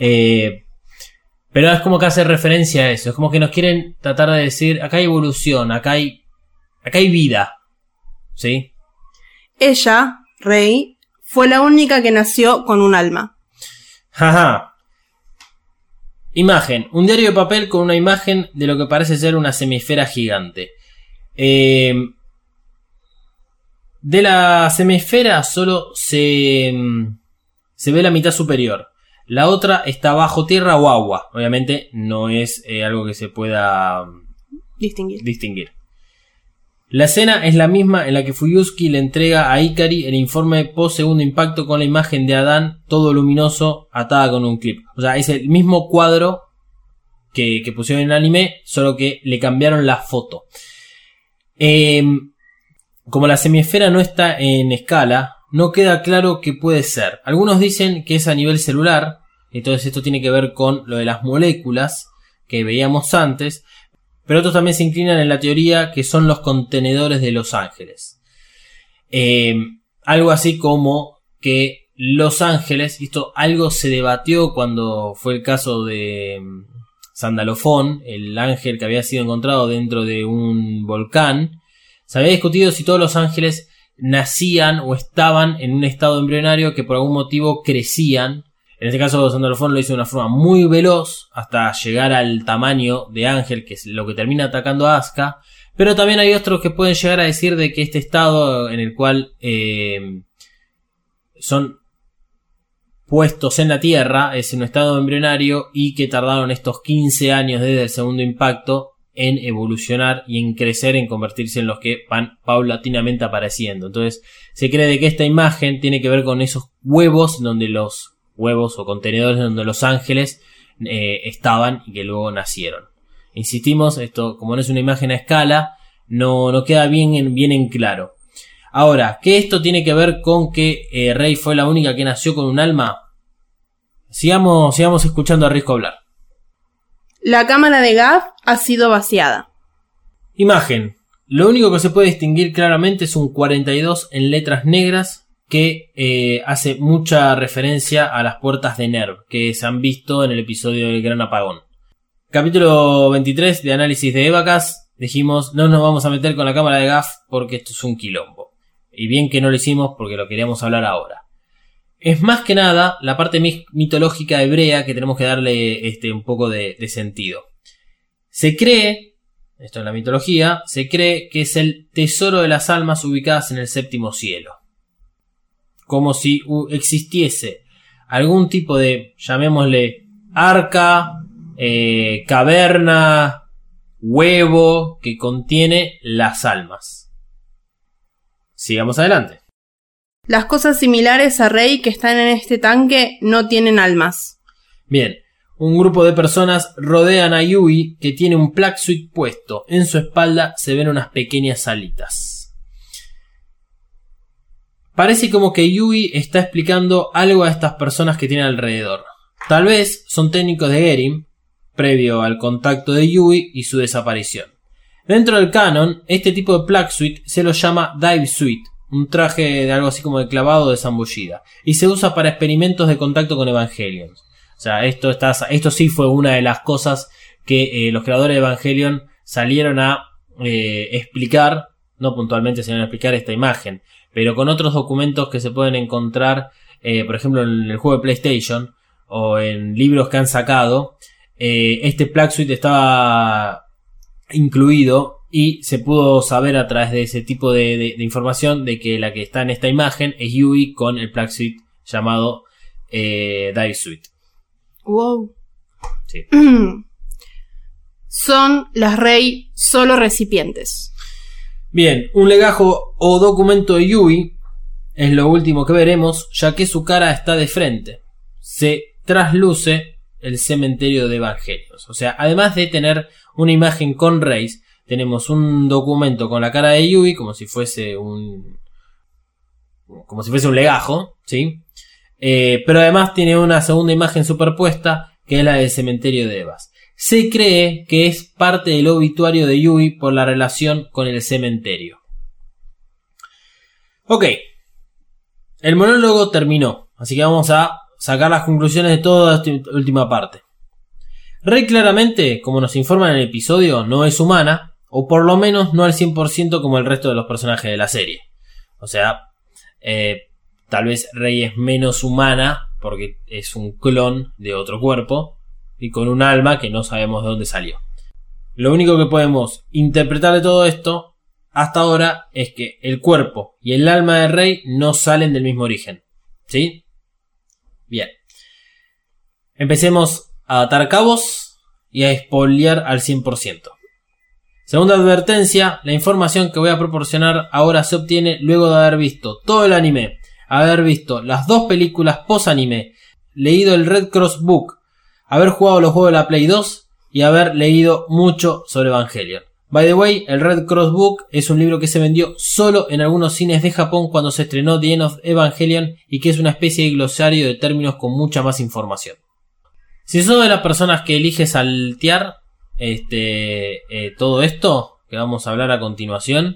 pero es como que hace referencia a eso. Es como que nos quieren tratar de decir acá hay evolución, acá hay vida, ¿sí? Ella, Rey, fue la única que nació con un alma. Jaja. Imagen, un diario de papel con una imagen de lo que parece ser una semisfera gigante. De la semisfera solo se ve la mitad superior. La otra está bajo tierra o agua. Obviamente no es algo que se pueda distinguir. La escena es la misma en la que Fuyusuki le entrega a Ikari el informe post segundo impacto con la imagen de Adán todo luminoso atada con un clip. O sea, es el mismo cuadro que pusieron en el anime, solo que le cambiaron la foto. Como la semisfera no está en escala, no queda claro qué puede ser. Algunos dicen que es a nivel celular, entonces esto tiene que ver con lo de las moléculas que veíamos antes, pero otros también se inclinan en la teoría que son los contenedores de los ángeles. Algo así como que los ángeles, y esto algo se debatió cuando fue el caso de Sandalofón, el ángel que había sido encontrado dentro de un volcán. Se había discutido si todos los ángeles nacían o estaban en un estado embrionario que por algún motivo crecían. En este caso Sandalofón lo hizo de una forma muy veloz hasta llegar al tamaño de ángel, que es lo que termina atacando a Asuka. Pero también hay otros que pueden llegar a decir de que este estado en el cual son puestos en la Tierra es un estado embrionario y que tardaron estos 15 años desde el segundo impacto en evolucionar y en crecer, en convertirse en los que van paulatinamente apareciendo. Entonces se cree de que esta imagen tiene que ver con esos huevos, donde los huevos o contenedores donde los ángeles estaban y que luego nacieron. Insistimos, esto como no es una imagen a escala, no queda bien en claro. Ahora, ¿qué esto tiene que ver con que Rey fue la única que nació con un alma? Sigamos escuchando a Risco hablar. La cámara de Gaff ha sido vaciada. Imagen. Lo único que se puede distinguir claramente es un 42 en letras negras que hace mucha referencia a las puertas de Nerv que se han visto en el episodio del Gran Apagón. Capítulo 23 de análisis de Evacas. Dijimos, no nos vamos a meter con la cámara de Gaff porque esto es un quilombo. Y bien que no lo hicimos porque lo queríamos hablar ahora. Es más que nada la parte mitológica hebrea que tenemos que darle un poco de sentido. Se cree, esto es la mitología, se cree que es el tesoro de las almas ubicadas en el séptimo cielo. Como si existiese algún tipo de, llamémosle, arca, caverna, huevo que contiene las almas. Sigamos adelante. Las cosas similares a Rey que están en este tanque no tienen almas. Bien, un grupo de personas rodean a Yui que tiene un Plague Suit puesto. En su espalda se ven unas pequeñas alitas. Parece como que Yui está explicando algo a estas personas que tiene alrededor. Tal vez son técnicos de Gerim, previo al contacto de Yui y su desaparición. Dentro del canon, este tipo de Plague Suit se lo llama Dive Suit, un traje de algo así como de clavado de zambullida, y se usa para experimentos de contacto con Evangelion. O sea, esto sí fue una de las cosas que los creadores de Evangelion salieron a explicar, no puntualmente salieron a explicar esta imagen, pero con otros documentos que se pueden encontrar, por ejemplo en el juego de PlayStation o en libros que han sacado. Este Plague Suit estaba incluido y se pudo saber a través de ese tipo de información de que la que está en esta imagen es Yui con el Plague Suit llamado Dive Suit. Wow. Sí. Son las Rey solo recipientes. Bien, un legajo o documento de Yui es lo último que veremos, ya que su cara está de frente. Se trasluce el cementerio de Evangelios. O sea, además de tener una imagen con Reis, tenemos un documento con la cara de Yui como si fuese un legajo, ¿sí? Pero además tiene una segunda imagen superpuesta que es la del cementerio de Evas. Se cree que es parte del obituario de Yui por la relación con el cementerio. Ok, el monólogo terminó, así que vamos a sacar las conclusiones de toda esta última parte. Rey claramente, como nos informa en el episodio, no es humana, o por lo menos no al 100% como el resto de los personajes de la serie. O sea, tal vez Rey es menos humana porque es un clon de otro cuerpo y con un alma que no sabemos de dónde salió. Lo único que podemos interpretar de todo esto hasta ahora es que el cuerpo y el alma de Rey no salen del mismo origen. ¿Sí? Bien. Empecemos a atar cabos y a spoilear al 100%. Segunda advertencia, la información que voy a proporcionar ahora se obtiene luego de haber visto todo el anime, haber visto las 2 películas post-anime, leído el Red Cross Book, haber jugado los juegos de la Play 2 y haber leído mucho sobre Evangelion. By the way, el Red Cross Book es un libro que se vendió solo en algunos cines de Japón cuando se estrenó The End of Evangelion y que es una especie de glosario de términos con mucha más información. Si sos de las personas que elige saltear todo esto que vamos a hablar a continuación,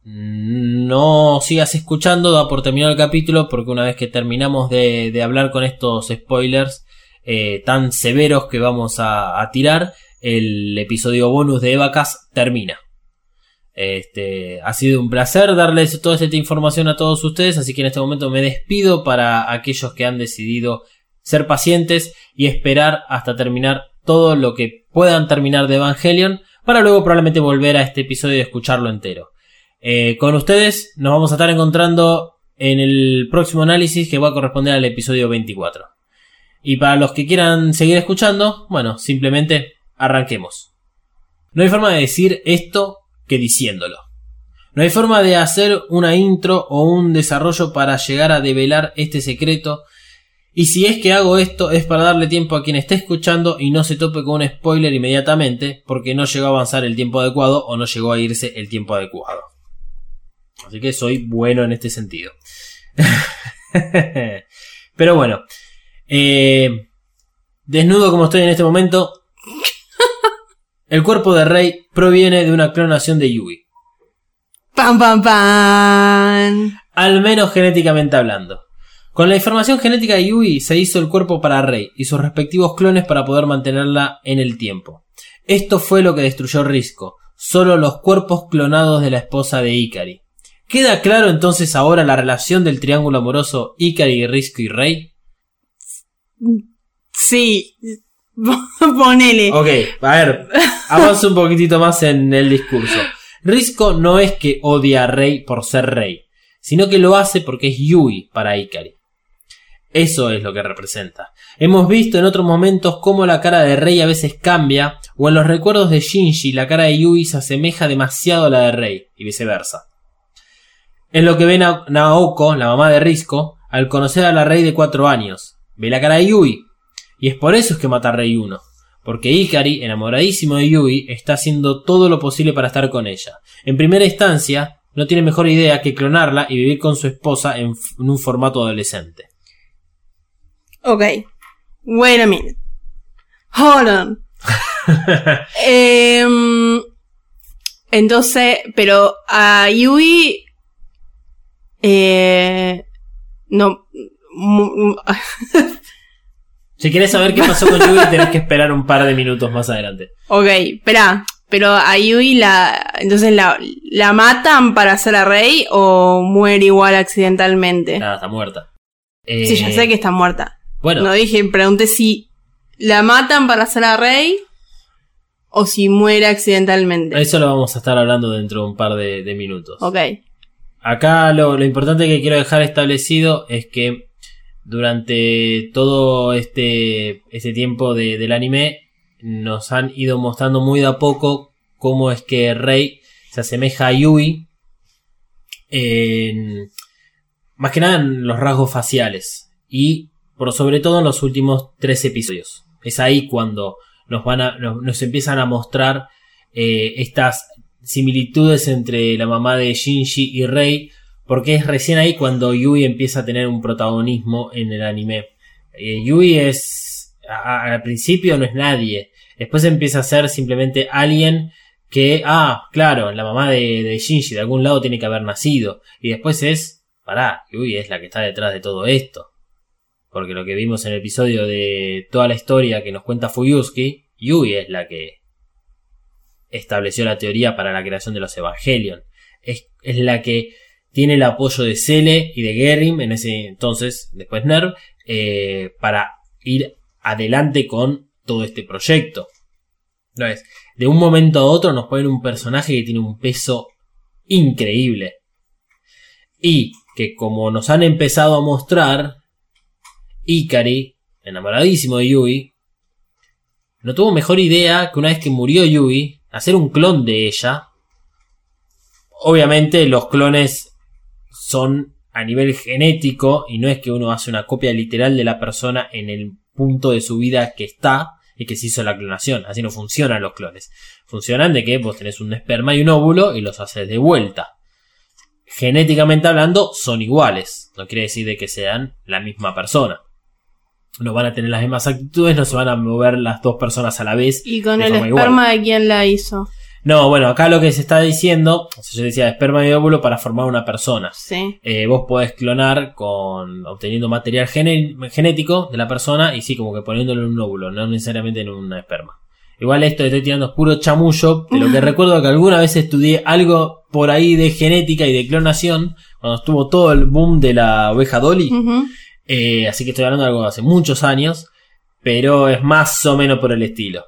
no sigas escuchando, da por terminado el capítulo, porque una vez que terminamos de hablar con estos spoilers tan severos que vamos a tirar, el episodio bonus de Evacas termina. Ha sido un placer darles toda esta información a todos ustedes, así que en este momento me despido para aquellos que han decidido ser pacientes y esperar hasta terminar todo lo que puedan terminar de Evangelion, para luego probablemente volver a este episodio y escucharlo entero. Con ustedes nos vamos a estar encontrando en el próximo análisis, que va a corresponder al episodio 24. Y para los que quieran seguir escuchando, bueno, simplemente arranquemos. No hay forma de decir esto que diciéndolo. No hay forma de hacer una intro o un desarrollo para llegar a develar este secreto. Y si es que hago esto es para darle tiempo a quien esté escuchando y no se tope con un spoiler inmediatamente, porque no llegó a avanzar el tiempo adecuado o no llegó a irse el tiempo adecuado. Así que soy bueno en este sentido. Pero bueno, desnudo como estoy en este momento, el cuerpo de Rei proviene de una clonación de Yui. ¡Pam, pam, pam! Al menos genéticamente hablando. Con la información genética de Yui se hizo el cuerpo para Rei y sus respectivos clones para poder mantenerla en el tiempo. Esto fue lo que destruyó Risco, solo los cuerpos clonados de la esposa de Ikari. ¿Queda claro entonces ahora la relación del triángulo amoroso Ikari, Risco y Rei? Sí, ponele. Ok, a ver, avanza un poquitito más en el discurso. Risco no es que odia a Rei por ser Rei, sino que lo hace porque es Yui para Ikari. Eso es lo que representa. Hemos visto en otros momentos cómo la cara de Rei a veces cambia, o en los recuerdos de Shinji la cara de Yui se asemeja demasiado a la de Rei, y viceversa. Es lo que ve Naoko, la mamá de Risco, al conocer a la Rei de 4 años. Ve la cara de Yui, y es por eso es que mata a Rei 1. Porque Ikari, enamoradísimo de Yui, está haciendo todo lo posible para estar con ella. En primera instancia, no tiene mejor idea que clonarla y vivir con su esposa en un formato adolescente. Ok. Wait a minute. Hold on. Entonces, pero a Yui... no... Si quieres saber qué pasó con Yui, tenés que esperar un par de minutos más adelante. Ok, espera. Pero a Yui entonces la matan para hacer a Rei o muere igual accidentalmente. Nada, está muerta. Sí, ya sé que está muerta. Bueno. No pregunté si la matan para hacer a Rei o si muere accidentalmente. Eso lo vamos a estar hablando dentro de un par de minutos. Ok. Acá lo importante que quiero dejar establecido es que durante todo este tiempo del anime nos han ido mostrando muy de a poco cómo es que Rei se asemeja a Yui, más que nada en los rasgos faciales y por sobre todo en los últimos 3 episodios. Es ahí cuando nos empiezan a mostrar estas similitudes entre la mamá de Shinji y Rei, porque es recién ahí cuando Yui empieza a tener un protagonismo en el anime. Yui al principio no es nadie, después empieza a ser simplemente alguien que, claro, la mamá de Shinji de algún lado tiene que haber nacido, y después Yui es la que está detrás de todo esto. Porque lo que vimos en el episodio de toda la historia que nos cuenta Fuyusuki, Yui es la que estableció la teoría para la creación de los Evangelion. Es la que tiene el apoyo de Cele y de Gerim en ese entonces, después NERV, para ir adelante con todo este proyecto. ¿Ves? De un momento a otro nos ponen un personaje que tiene un peso increíble. Y que como nos han empezado a mostrar, Ikari, enamoradísimo de Yui, no tuvo mejor idea que una vez que murió Yui, hacer un clon de ella. Obviamente los clones son a nivel genético y no es que uno hace una copia literal de la persona en el punto de su vida que está y que se hizo la clonación. Así no funcionan los clones. Funcionan de que vos tenés un esperma y un óvulo y los haces de vuelta. Genéticamente hablando son iguales. No quiere decir de que sean la misma persona. No van a tener las mismas actitudes, no se van a mover las dos personas a la vez. ¿Y con el esperma igual de quién la hizo? No, bueno, acá lo que se está diciendo, o sea, yo decía esperma y óvulo para formar una persona. Sí. Vos podés clonar obteniendo material genético de la persona y sí, como que poniéndolo en un óvulo, no necesariamente en una esperma. Igual esto estoy tirando puro chamullo, de lo que recuerdo que alguna vez estudié algo por ahí de genética y de clonación, cuando estuvo todo el boom de la oveja Dolly. Así que estoy hablando de algo de hace muchos años, pero es más o menos por el estilo.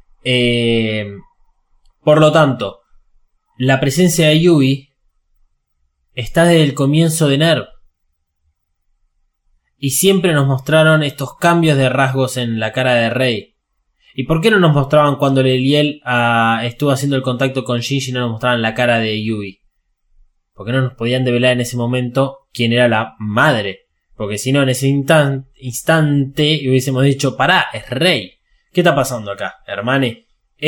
Por lo tanto, la presencia de Yui está desde el comienzo de NERV. Y siempre nos mostraron estos cambios de rasgos en la cara de Rei. ¿Y por qué no nos mostraban cuando Leliel estuvo haciendo el contacto con Shinji, no nos mostraban la cara de Yui? ¿Por qué no nos podían develar en ese momento quién era la madre? Porque si no, en ese instante hubiésemos dicho, pará, es Rei. ¿Qué está pasando acá, hermane?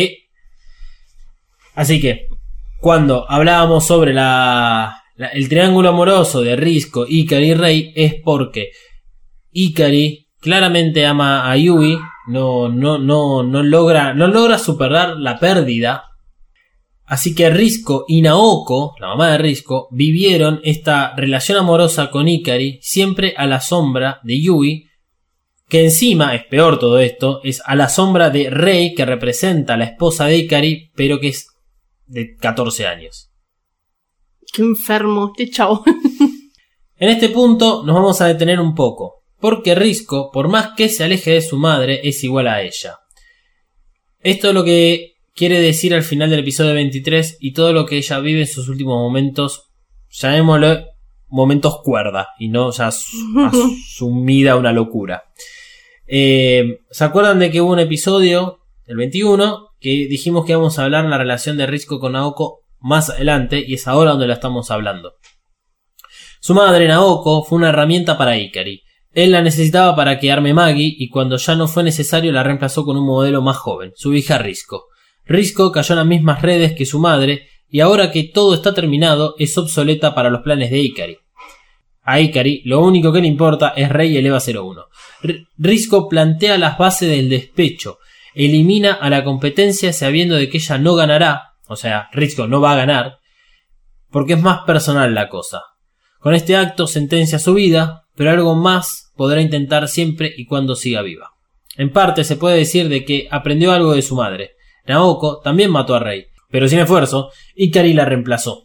Así que, cuando hablábamos sobre el triángulo amoroso de Risco, Ikari y Rei, es porque Ikari claramente ama a Yui, no logra superar la pérdida. Así que Risco y Naoko, la mamá de Risco, vivieron esta relación amorosa con Ikari siempre a la sombra de Yui, que encima, es peor todo esto, es a la sombra de Rei, que representa a la esposa de Ikari, pero que es de 14 años. Qué enfermo este chavo. En este punto nos vamos a detener un poco, porque Risco, por más que se aleje de su madre, es igual a ella. Esto es lo que quiere decir al final del episodio 23 y todo lo que ella vive en sus últimos momentos, llamémoslo momentos cuerda y no ya sumida a una locura. ¿Se acuerdan de que hubo un episodio, el 21, que dijimos que íbamos a hablar la relación de Risco con Naoko más adelante, y es ahora donde la estamos hablando? Su madre, Naoko, fue una herramienta para Ikari. Él la necesitaba para que arme Magi, y cuando ya no fue necesario la reemplazó con un modelo más joven, su hija Risco. Risco cayó en las mismas redes que su madre, y ahora que todo está terminado, es obsoleta para los planes de Ikari. A Ikari lo único que le importa es Rei y el EVA 01. Risco plantea las bases del despecho, elimina a la competencia sabiendo de que ella no ganará, o sea, Risco no va a ganar, porque es más personal la cosa. Con este acto sentencia su vida, pero algo más podrá intentar siempre y cuando siga viva. En parte se puede decir de que aprendió algo de su madre. Naoko también mató a Rei, pero sin esfuerzo, Ikari la reemplazó.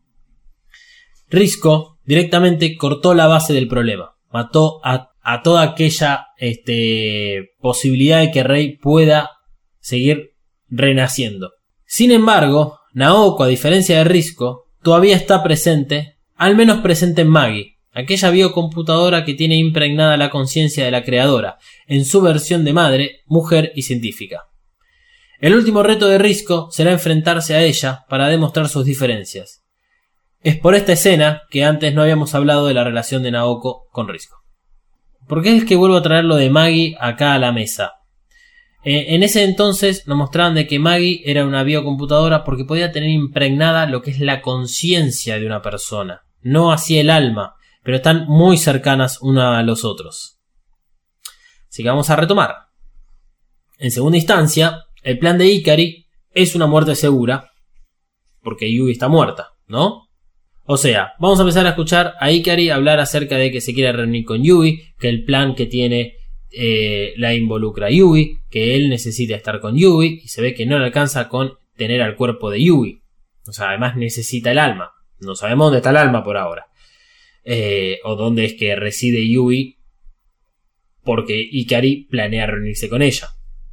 Risco directamente cortó la base del problema, mató a toda aquella posibilidad de que Rei pueda seguir renaciendo. Sin embargo, Naoko, a diferencia de Risco, todavía está presente, al menos presente en Magi, aquella biocomputadora que tiene impregnada la conciencia de la creadora, en su versión de madre, mujer y científica. El último reto de Risco será enfrentarse a ella para demostrar sus diferencias. Es por esta escena que antes no habíamos hablado de la relación de Naoko con Risco. ¿Por qué es que vuelvo a traer lo de Magi acá a la mesa? En ese entonces nos mostraban de que Magi era una biocomputadora porque podía tener impregnada lo que es la conciencia de una persona. No así el alma, pero están muy cercanas unos a los otros. Así que vamos a retomar. En segunda instancia, el plan de Ikari es una muerte segura, porque Yui está muerta, ¿no? O sea, vamos a empezar a escuchar a Ikari hablar acerca de que se quiere reunir con Yui, que el plan que tiene la involucra a Yui, que él necesita estar con Yui, y se ve que no le alcanza con tener al cuerpo de Yui. O sea, además necesita el alma. No sabemos dónde está el alma por ahora. O dónde es que reside Yui, porque Ikari planea reunirse con ella.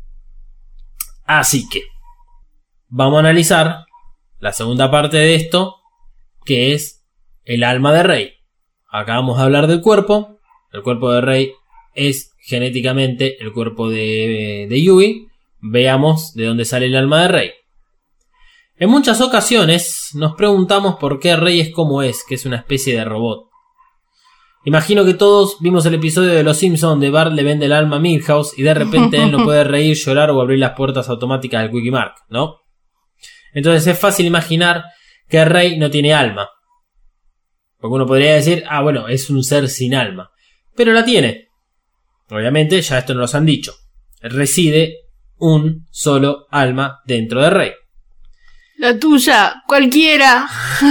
Así que vamos a analizar la segunda parte de esto, que es el alma de Rei. Acá vamos a hablar del cuerpo. El cuerpo de Rei es genéticamente el cuerpo de Yui. Veamos de dónde sale el alma de Rei. En muchas ocasiones nos preguntamos por qué Rei es como es, que es una especie de robot. Imagino que todos vimos el episodio de Los Simpsons donde Bart le vende el alma a Milhouse y de repente él no puede reír, llorar o abrir las puertas automáticas del Quickie Mart, ¿no? Entonces es fácil imaginar que Rei no tiene alma. Porque uno podría decir, bueno, es un ser sin alma. Pero la tiene. Obviamente, ya esto nos lo han dicho. Reside un solo alma dentro de Rei. La tuya, cualquiera.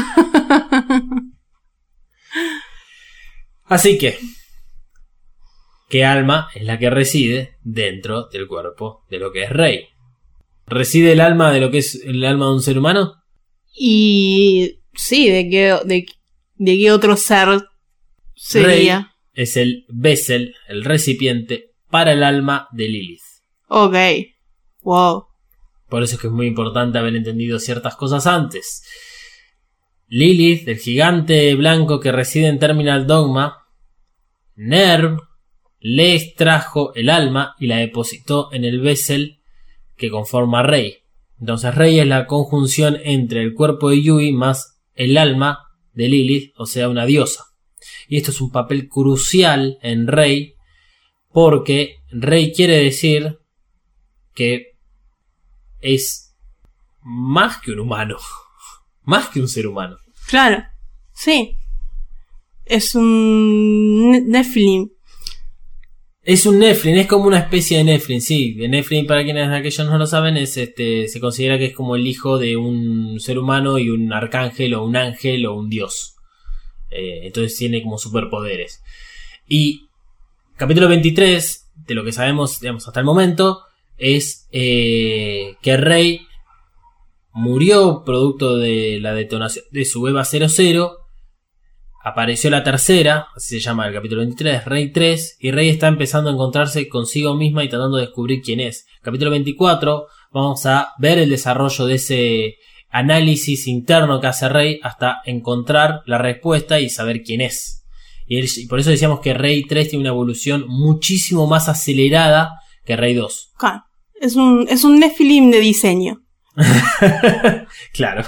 Así que, ¿qué alma es la que reside dentro del cuerpo de lo que es Rey? ¿Reside el alma de lo que es el alma de un ser humano? Y sí, ¿de qué otro ser sería? Rey es el vessel, el recipiente para el alma de Lilith. Ok, wow. Por eso es que es muy importante haber entendido ciertas cosas antes. Lilith, el gigante blanco que reside en Terminal Dogma, Nerv le extrajo el alma y la depositó en el vessel que conforma Rey. Entonces Rey es la conjunción entre el cuerpo de Yui más el alma de Lilith, o sea, una diosa. Y esto es un papel crucial en Rey, porque Rey quiere decir que es más que un humano, más que un ser humano. Claro, sí. Es un Nephilim. Es un Nephilim, es como una especie de Nephilim, sí. El Nephilim, para quienes aquellos no lo saben, es se considera que es como el hijo de un ser humano y un arcángel o un ángel o un dios. Entonces tiene como superpoderes. Y capítulo 23, de lo que sabemos, digamos, hasta el momento, es que Rey murió producto de la detonación de su EVA 00. Apareció la tercera, así se llama el capítulo 23, Rey 3, y Rey está empezando a encontrarse consigo misma y tratando de descubrir quién es. Capítulo 24, vamos a ver el desarrollo de ese análisis interno que hace Rey hasta encontrar la respuesta y saber quién es. Y por eso decíamos que Rey 3 tiene una evolución muchísimo más acelerada que Rey 2. Claro, es un Nephilim de diseño. Claro.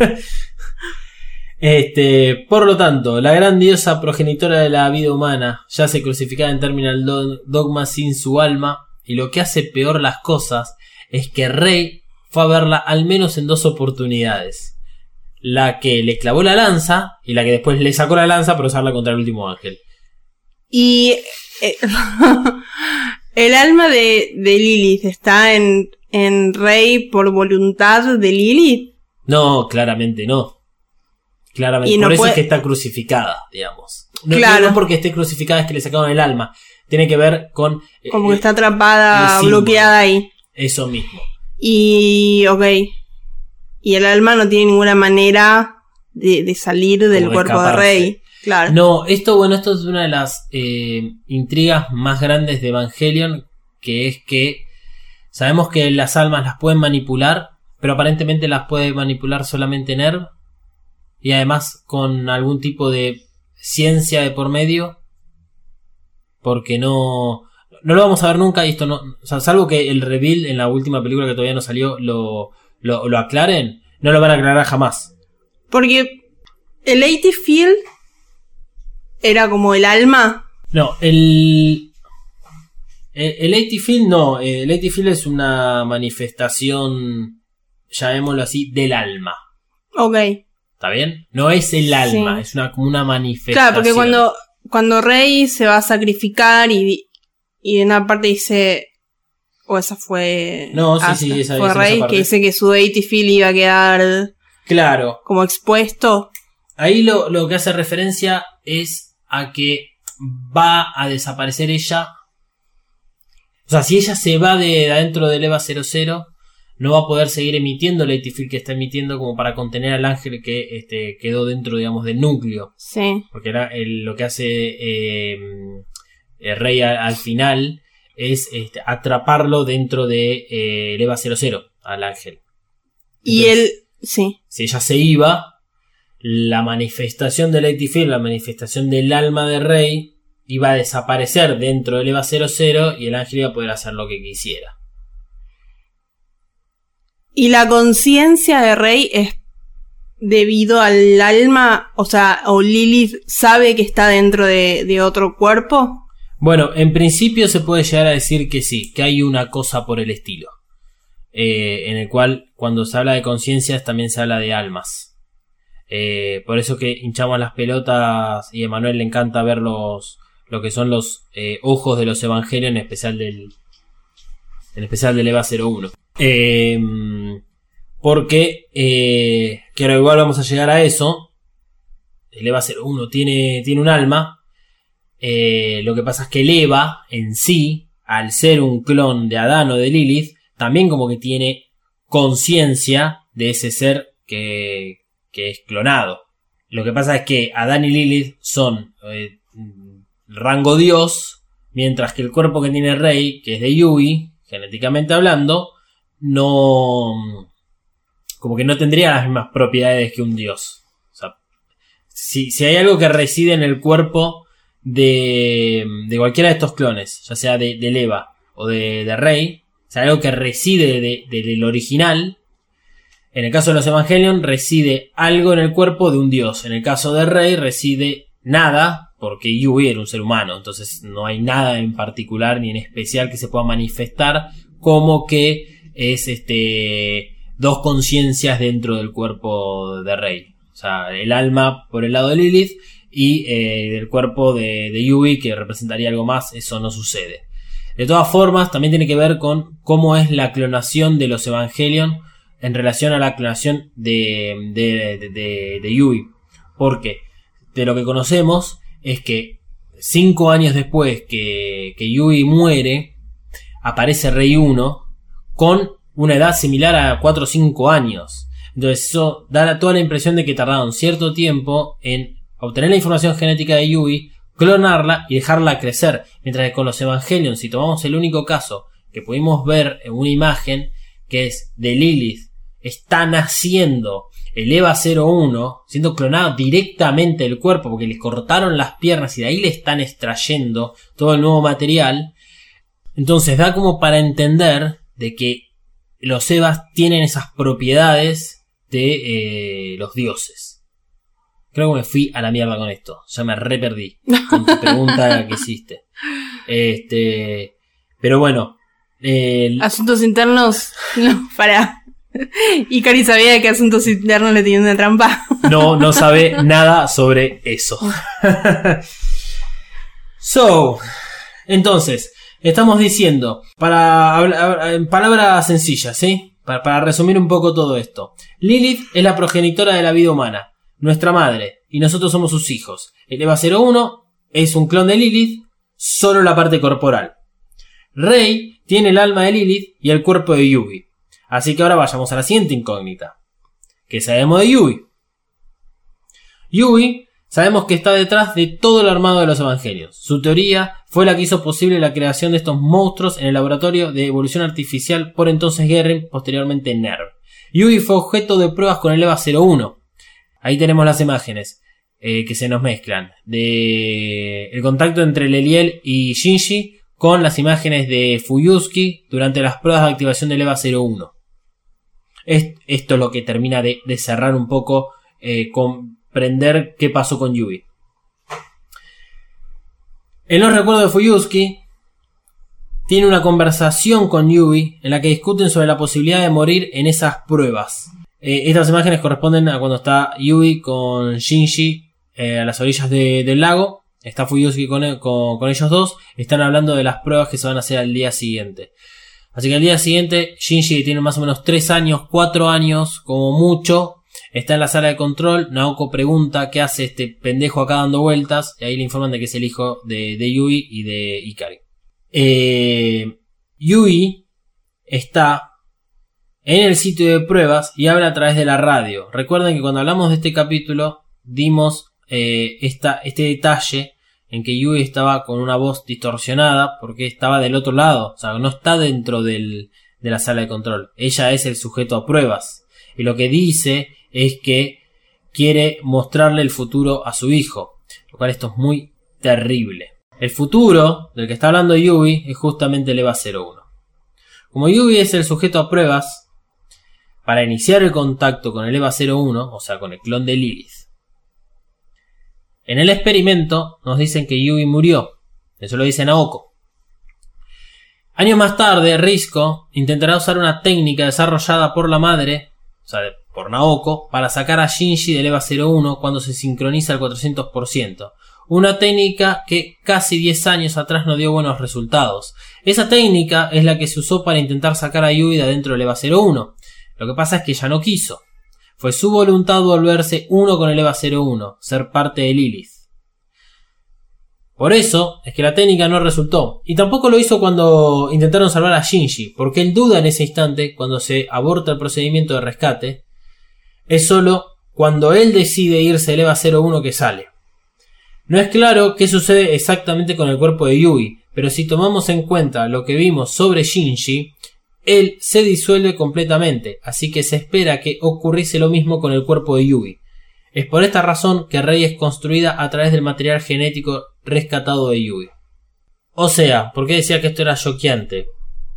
Por lo tanto, la gran diosa progenitora de la vida humana yace crucificada en Terminal Dogma sin su alma, y lo que hace peor las cosas es que Rey fue a verla al menos en 2 oportunidades. La que le clavó la lanza y la que después le sacó la lanza para usarla contra el último ángel. Y el alma de Lilith está en Rey por voluntad de Lilith. No, claramente no. Claramente, no por eso puede... es que está crucificada, digamos. No, claro. No porque esté crucificada es que le sacaron el alma. Tiene que ver con... como que está atrapada, bloqueada ahí. Eso mismo. Y... ok. Y el alma no tiene ninguna manera de salir del cuerpo de Rey. Claro. No, esto es una de las intrigas más grandes de Evangelion, que es que sabemos que las almas las pueden manipular, pero aparentemente las puede manipular solamente Nerv. Y además con algún tipo de ciencia de por medio. Porque no lo vamos a ver nunca. Y esto no, o sea, salvo que el reveal en la última película que todavía no salió lo aclaren, no lo van a aclarar jamás. Porque el 80 Field era como el alma. No, el 80 Field no. El 80 Field es una manifestación, llamémoslo así, del alma. Ok. ¿Está bien? No es el alma, sí. Es como una manifestación. Claro, porque cuando Rey se va a sacrificar y en una parte dice... O esa fue... No, sí, esa fue Rey, esa que dice que su 80 Field iba a quedar... Claro. Como expuesto. Ahí lo que hace referencia es a que va a desaparecer ella. O sea, si ella se va de adentro del EVA 00... no va a poder seguir emitiendo el 80 Field que está emitiendo como para contener al ángel que quedó dentro, digamos, del núcleo. Sí. Porque era lo que hace Rey al final es atraparlo dentro de el EVA 00 al ángel. Entonces, y él, sí. Si ella se iba, la manifestación del 80 Field, la manifestación del alma de Rey, iba a desaparecer dentro del EVA 00 y el ángel iba a poder hacer lo que quisiera. Y la conciencia de Rey es debido al alma, o sea, o Lilith sabe que está dentro de otro cuerpo. Bueno, en principio se puede llegar a decir que sí, que hay una cosa por el estilo. En el cual cuando se habla de conciencias también se habla de almas. Por eso que hinchamos las pelotas y a Emanuel le encanta ver lo que son los ojos de los evangelios, en especial del EVA 01. Porque, que ahora igual vamos a llegar a eso, el EVA 01 tiene un alma. Lo que pasa es que el EVA en sí, al ser un clon de Adán o de Lilith, también como que tiene conciencia de ese ser que es clonado. Lo que pasa es que Adán y Lilith son rango Dios, mientras que el cuerpo que tiene Rey, que es de Yui, genéticamente hablando, no, como que no tendría las mismas propiedades que un Dios. O sea, si hay algo que reside en el cuerpo de cualquiera de estos clones, ya sea del EVA o de Rey, o sea, algo que reside del original. En el caso de los Evangelion reside algo en el cuerpo de un dios. En el caso de Rey reside nada, porque Yui era un ser humano. Entonces no hay nada en particular ni en especial que se pueda manifestar como que es dos conciencias dentro del cuerpo de Rey. O sea, el alma por el lado de Lilith y del cuerpo de Yui, que representaría algo más. Eso no sucede. De todas formas, también tiene que ver con cómo es la clonación de los Evangelion en relación a la clonación de Yui. Porque de lo que conocemos es que 5 años después que Yui muere, aparece Rey 1 con una edad similar a 4 o 5 años. Entonces eso da toda la impresión de que tardaron cierto tiempo en obtener la información genética de Yui, clonarla y dejarla crecer. Mientras que con los Evangelion, si tomamos el único caso que pudimos ver en una imagen, que es de Lilith, está naciendo el EVA 01, siendo clonado directamente del cuerpo, porque le cortaron las piernas y de ahí le están extrayendo todo el nuevo material. Entonces da como para entender de que los EVAs tienen esas propiedades de los dioses. Creo que me fui a la mierda con esto. Ya me re perdí con tu pregunta que hiciste. Pero bueno. Asuntos internos. No, para. Ikari sabía que asuntos internos le tenían una trampa. No sabe nada sobre eso. Entonces, estamos diciendo, para hablar en palabras sencillas, ¿sí? Para resumir un poco todo esto. Lilith es la progenitora de la vida humana, nuestra madre, y nosotros somos sus hijos. El EVA 01 es un clon de Lilith, solo la parte corporal. Rey tiene el alma de Lilith y el cuerpo de Yui. Así que ahora vayamos a la siguiente incógnita. ¿Qué sabemos de Yui? Yui sabemos que está detrás de todo el armado de los Evangelios. Su teoría fue la que hizo posible la creación de estos monstruos en el laboratorio de evolución artificial por entonces Guerrin, posteriormente NERV. Yui fue objeto de pruebas con el EVA 01. Ahí tenemos las imágenes que se nos mezclan. El contacto entre Leliel y Shinji con las imágenes de Fuyusuki durante las pruebas de activación del EVA 01. Esto es lo que termina de cerrar un poco, comprender qué pasó con Yui. En los recuerdos de Fuyusuki tiene una conversación con Yui en la que discuten sobre la posibilidad de morir en esas pruebas. Estas imágenes corresponden a cuando está Yui con Shinji a las orillas del lago. Está Fuyusuki con ellos dos. Están hablando de las pruebas que se van a hacer al día siguiente. Así que al día siguiente Shinji, que tiene más o menos 3 años, 4 años como mucho, está en la sala de control. Naoko pregunta qué hace este pendejo acá dando vueltas, y ahí le informan de que es el hijo de Yui y de Ikari. Yui está en el sitio de pruebas y habla a través de la radio. Recuerden que cuando hablamos de este capítulo dimos este detalle en que Yui estaba con una voz distorsionada porque estaba del otro lado, o sea, no está dentro de la sala de control. Ella es el sujeto a pruebas y lo que dice es que quiere mostrarle el futuro a su hijo, lo cual esto es muy terrible. El futuro del que está hablando Yui es justamente el EVA 01. Como Yui es el sujeto a pruebas, para iniciar el contacto con el EVA 01, o sea, con el clon de Lilith, en el experimento nos dicen que Yui murió. Eso lo dice Naoko. Años más tarde, Rizko intentará usar una técnica desarrollada por la madre, o sea, por Naoko, para sacar a Shinji del EVA 01 cuando se sincroniza al 400%. Una técnica que casi 10 años atrás no dio buenos resultados. Esa técnica es la que se usó para intentar sacar a Yui de adentro del EVA 01. Lo que pasa es que ella no quiso. Fue su voluntad volverse uno con el EVA 01, ser parte de Lilith. Por eso es que la técnica no resultó. Y tampoco lo hizo cuando intentaron salvar a Shinji, porque él duda en ese instante, cuando se aborta el procedimiento de rescate. Es solo cuando él decide irse el EVA 01 que sale. No es claro qué sucede exactamente con el cuerpo de Yui, pero si tomamos en cuenta lo que vimos sobre Shinji, él se disuelve completamente, así que se espera que ocurriese lo mismo con el cuerpo de Yui. Es por esta razón que Rei es construida a través del material genético rescatado de Yui. O sea, ¿por qué decía que esto era choqueante?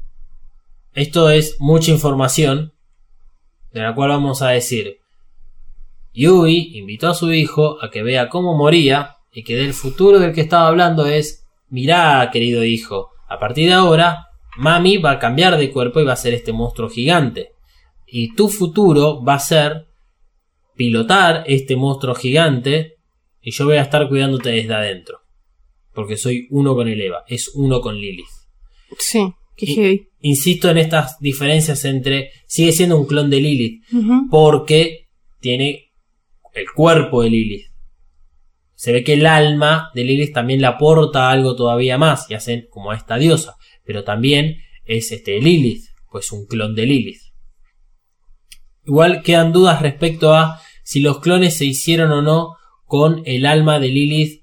Esto es mucha información, de la cual vamos a decir: Yui invitó a su hijo a que vea cómo moría, y que del futuro del que estaba hablando es: mirá, querido hijo, a partir de ahora Mami va a cambiar de cuerpo y va a ser este monstruo gigante, y tu futuro va a ser pilotar este monstruo gigante, y yo voy a estar cuidándote desde adentro, porque soy uno con el Eva, es uno con Lilith. Sí, qué heavy. Insisto en estas diferencias entre... sigue siendo un clon de Lilith, porque tiene el cuerpo de Lilith. Se ve que el alma de Lilith también le aporta algo todavía más, y hacen como a esta diosa, pero también es Lilith, pues un clon de Lilith. Igual quedan dudas respecto a si los clones se hicieron o no con el alma de Lilith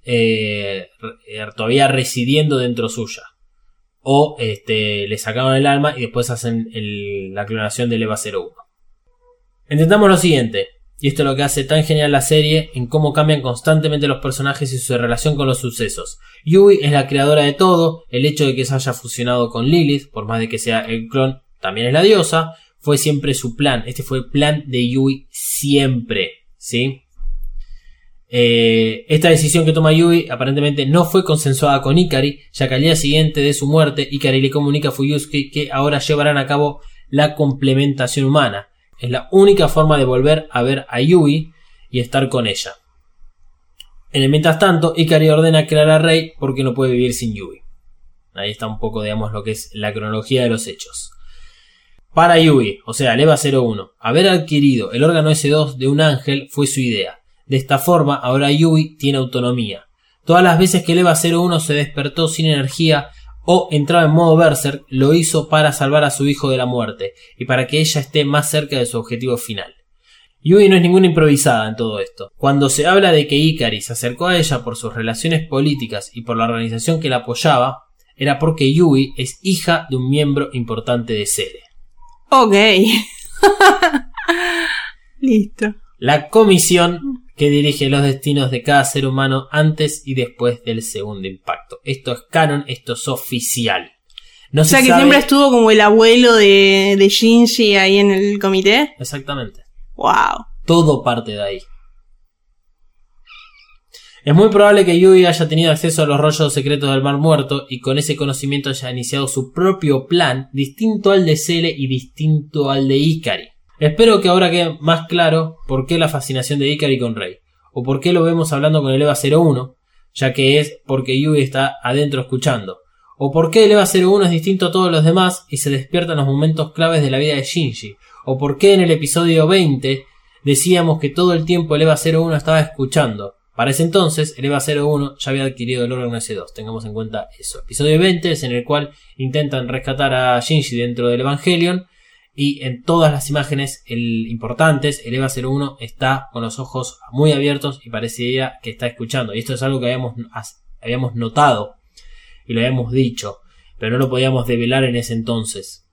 todavía residiendo dentro suya, o le sacaron el alma y después hacen la clonación del EVA 01. Entendamos lo siguiente, y esto es lo que hace tan genial la serie, en cómo cambian constantemente los personajes y su relación con los sucesos. Yui es la creadora de todo, el hecho de que se haya fusionado con Lilith, por más de que sea el clon, también es la diosa, fue siempre su plan. Este fue el plan de Yui siempre, ¿sí? Esta decisión que toma Yui aparentemente no fue consensuada con Ikari, ya que al día siguiente de su muerte, Ikari le comunica a Fuyusuke que ahora llevarán a cabo la complementación humana. Es la única forma de volver a ver a Yui y estar con ella. En el mientras tanto, Ikari ordena crear a Rei porque no puede vivir sin Yui. Ahí está un poco, digamos, lo que es la cronología de los hechos. Para Yui, o sea, el EVA 01, haber adquirido el órgano S2 de un ángel fue su idea. De esta forma, ahora Yui tiene autonomía. Todas las veces que el EVA 01 se despertó sin energía o entraba en modo Berserk, lo hizo para salvar a su hijo de la muerte y para que ella esté más cerca de su objetivo final. Yui no es ninguna improvisada en todo esto. Cuando se habla de que Ikari se acercó a ella por sus relaciones políticas y por la organización que la apoyaba, era porque Yui es hija de un miembro importante de Sere. Ok. Listo. La comisión que dirige los destinos de cada ser humano antes y después del segundo impacto. Esto es canon, esto es oficial. No o sea que siempre estuvo como el abuelo de Shinji ahí en el comité. Exactamente. Wow. Todo parte de ahí. Es muy probable que Yui haya tenido acceso a los rollos secretos del Mar Muerto y con ese conocimiento haya iniciado su propio plan, distinto al de Cele y distinto al de Ikari. Espero que ahora quede más claro por qué la fascinación de Ikari con Rei, o por qué lo vemos hablando con el EVA 01, ya que es porque Yui está adentro escuchando, o por qué el EVA 01 es distinto a todos los demás y se despierta en los momentos claves de la vida de Shinji, o por qué en el episodio 20 decíamos que todo el tiempo el EVA 01 estaba escuchando. Para ese entonces, el EVA 01 ya había adquirido el órgano S2, tengamos en cuenta eso. Episodio 20 es en el cual intentan rescatar a Shinji dentro del Evangelion, y en todas las imágenes importantes, el EVA 01 está con los ojos muy abiertos y parecería que está escuchando. Y esto es algo que habíamos notado y lo habíamos dicho, pero no lo podíamos develar en ese entonces.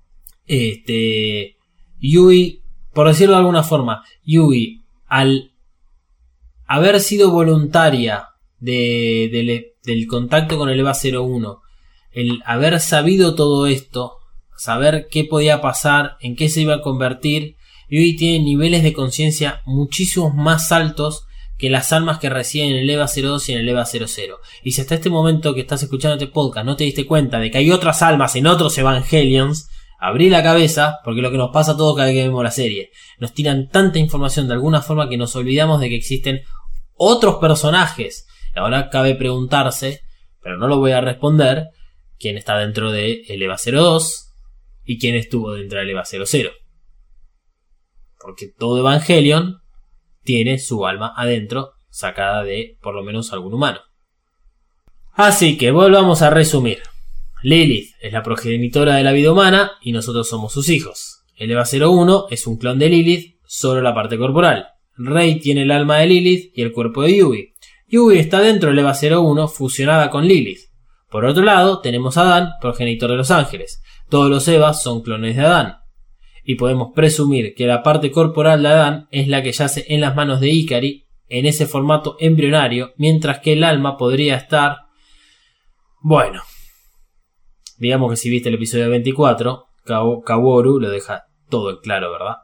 Yui, por decirlo de alguna forma, Yui, al haber sido voluntaria del contacto con el EVA 01, el haber sabido todo esto, saber qué podía pasar, en qué se iba a convertir, Yui tiene niveles de conciencia muchísimos más altos que las almas que residen en el EVA 02 y en el EVA 00. Y si hasta este momento que estás escuchando este podcast no te diste cuenta de que hay otras almas en otros Evangelions, abrí la cabeza, porque lo que nos pasa a todos cada vez que vemos la serie, nos tiran tanta información de alguna forma que nos olvidamos de que existen otros personajes. Y ahora cabe preguntarse, pero no lo voy a responder, quién está dentro de el EVA 02 y quién estuvo dentro del EVA 00. porque todo Evangelion tiene su alma adentro, sacada de por lo menos algún humano. Así que volvamos a resumir. Lilith es la progenitora de la vida humana y nosotros somos sus hijos. El Eva 01 es un clon de Lilith, solo la parte corporal. Rey tiene el alma de Lilith y el cuerpo de Yui. Yui está dentro del Eva 01 fusionada con Lilith. Por otro lado, tenemos a Adán, progenitor de los ángeles. Todos los Evas son clones de Adán. Y podemos presumir que la parte corporal de Adán es la que yace en las manos de Ikari, en ese formato embrionario, mientras que el alma podría estar... Bueno, digamos que si viste el episodio 24, Kaworu lo deja todo en claro, ¿verdad?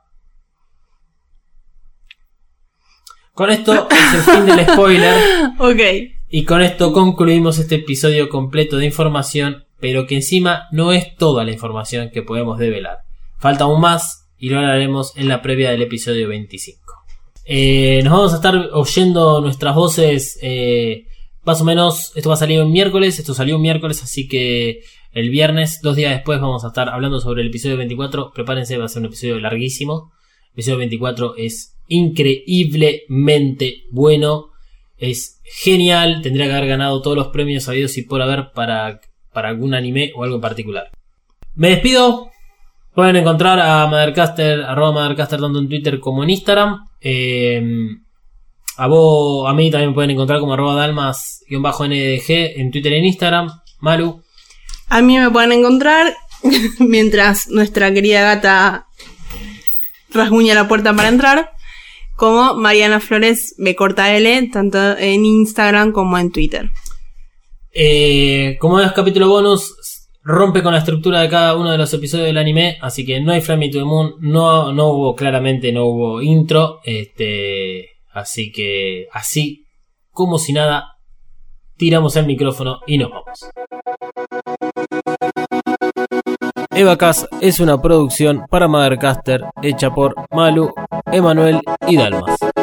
Con esto es el fin del spoiler. Ok. Y con esto concluimos este episodio completo de información, pero que encima no es toda la información que podemos develar. Falta aún más y lo haremos en la previa del episodio 25. Nos vamos a estar oyendo nuestras voces más o menos. Esto va a salir un miércoles, esto salió un miércoles, así que el viernes, 2 días después, vamos a estar hablando sobre el episodio 24. Prepárense, va a ser un episodio larguísimo. El episodio 24 es increíblemente bueno. Es genial, tendría que haber ganado todos los premios habidos y por haber para algún anime o algo en particular. Me despido. Pueden encontrar a Mothercaster, @Mothercaster, tanto en Twitter como en Instagram. A mí también pueden encontrar como @Dalmas_NDG en Twitter y en Instagram. Malu. A mí me pueden encontrar mientras nuestra querida gata rasguña la puerta para entrar, como Mariana Flores B_L, tanto en Instagram como en Twitter. Como es capítulo bonus, rompe con la estructura de cada uno de los episodios del anime, así que no hay Fly Me to the Moon, no hubo intro, así que así como si nada tiramos el micrófono y nos vamos. Evacast es una producción para Mothercaster hecha por Malu, Emanuel y Dalmas.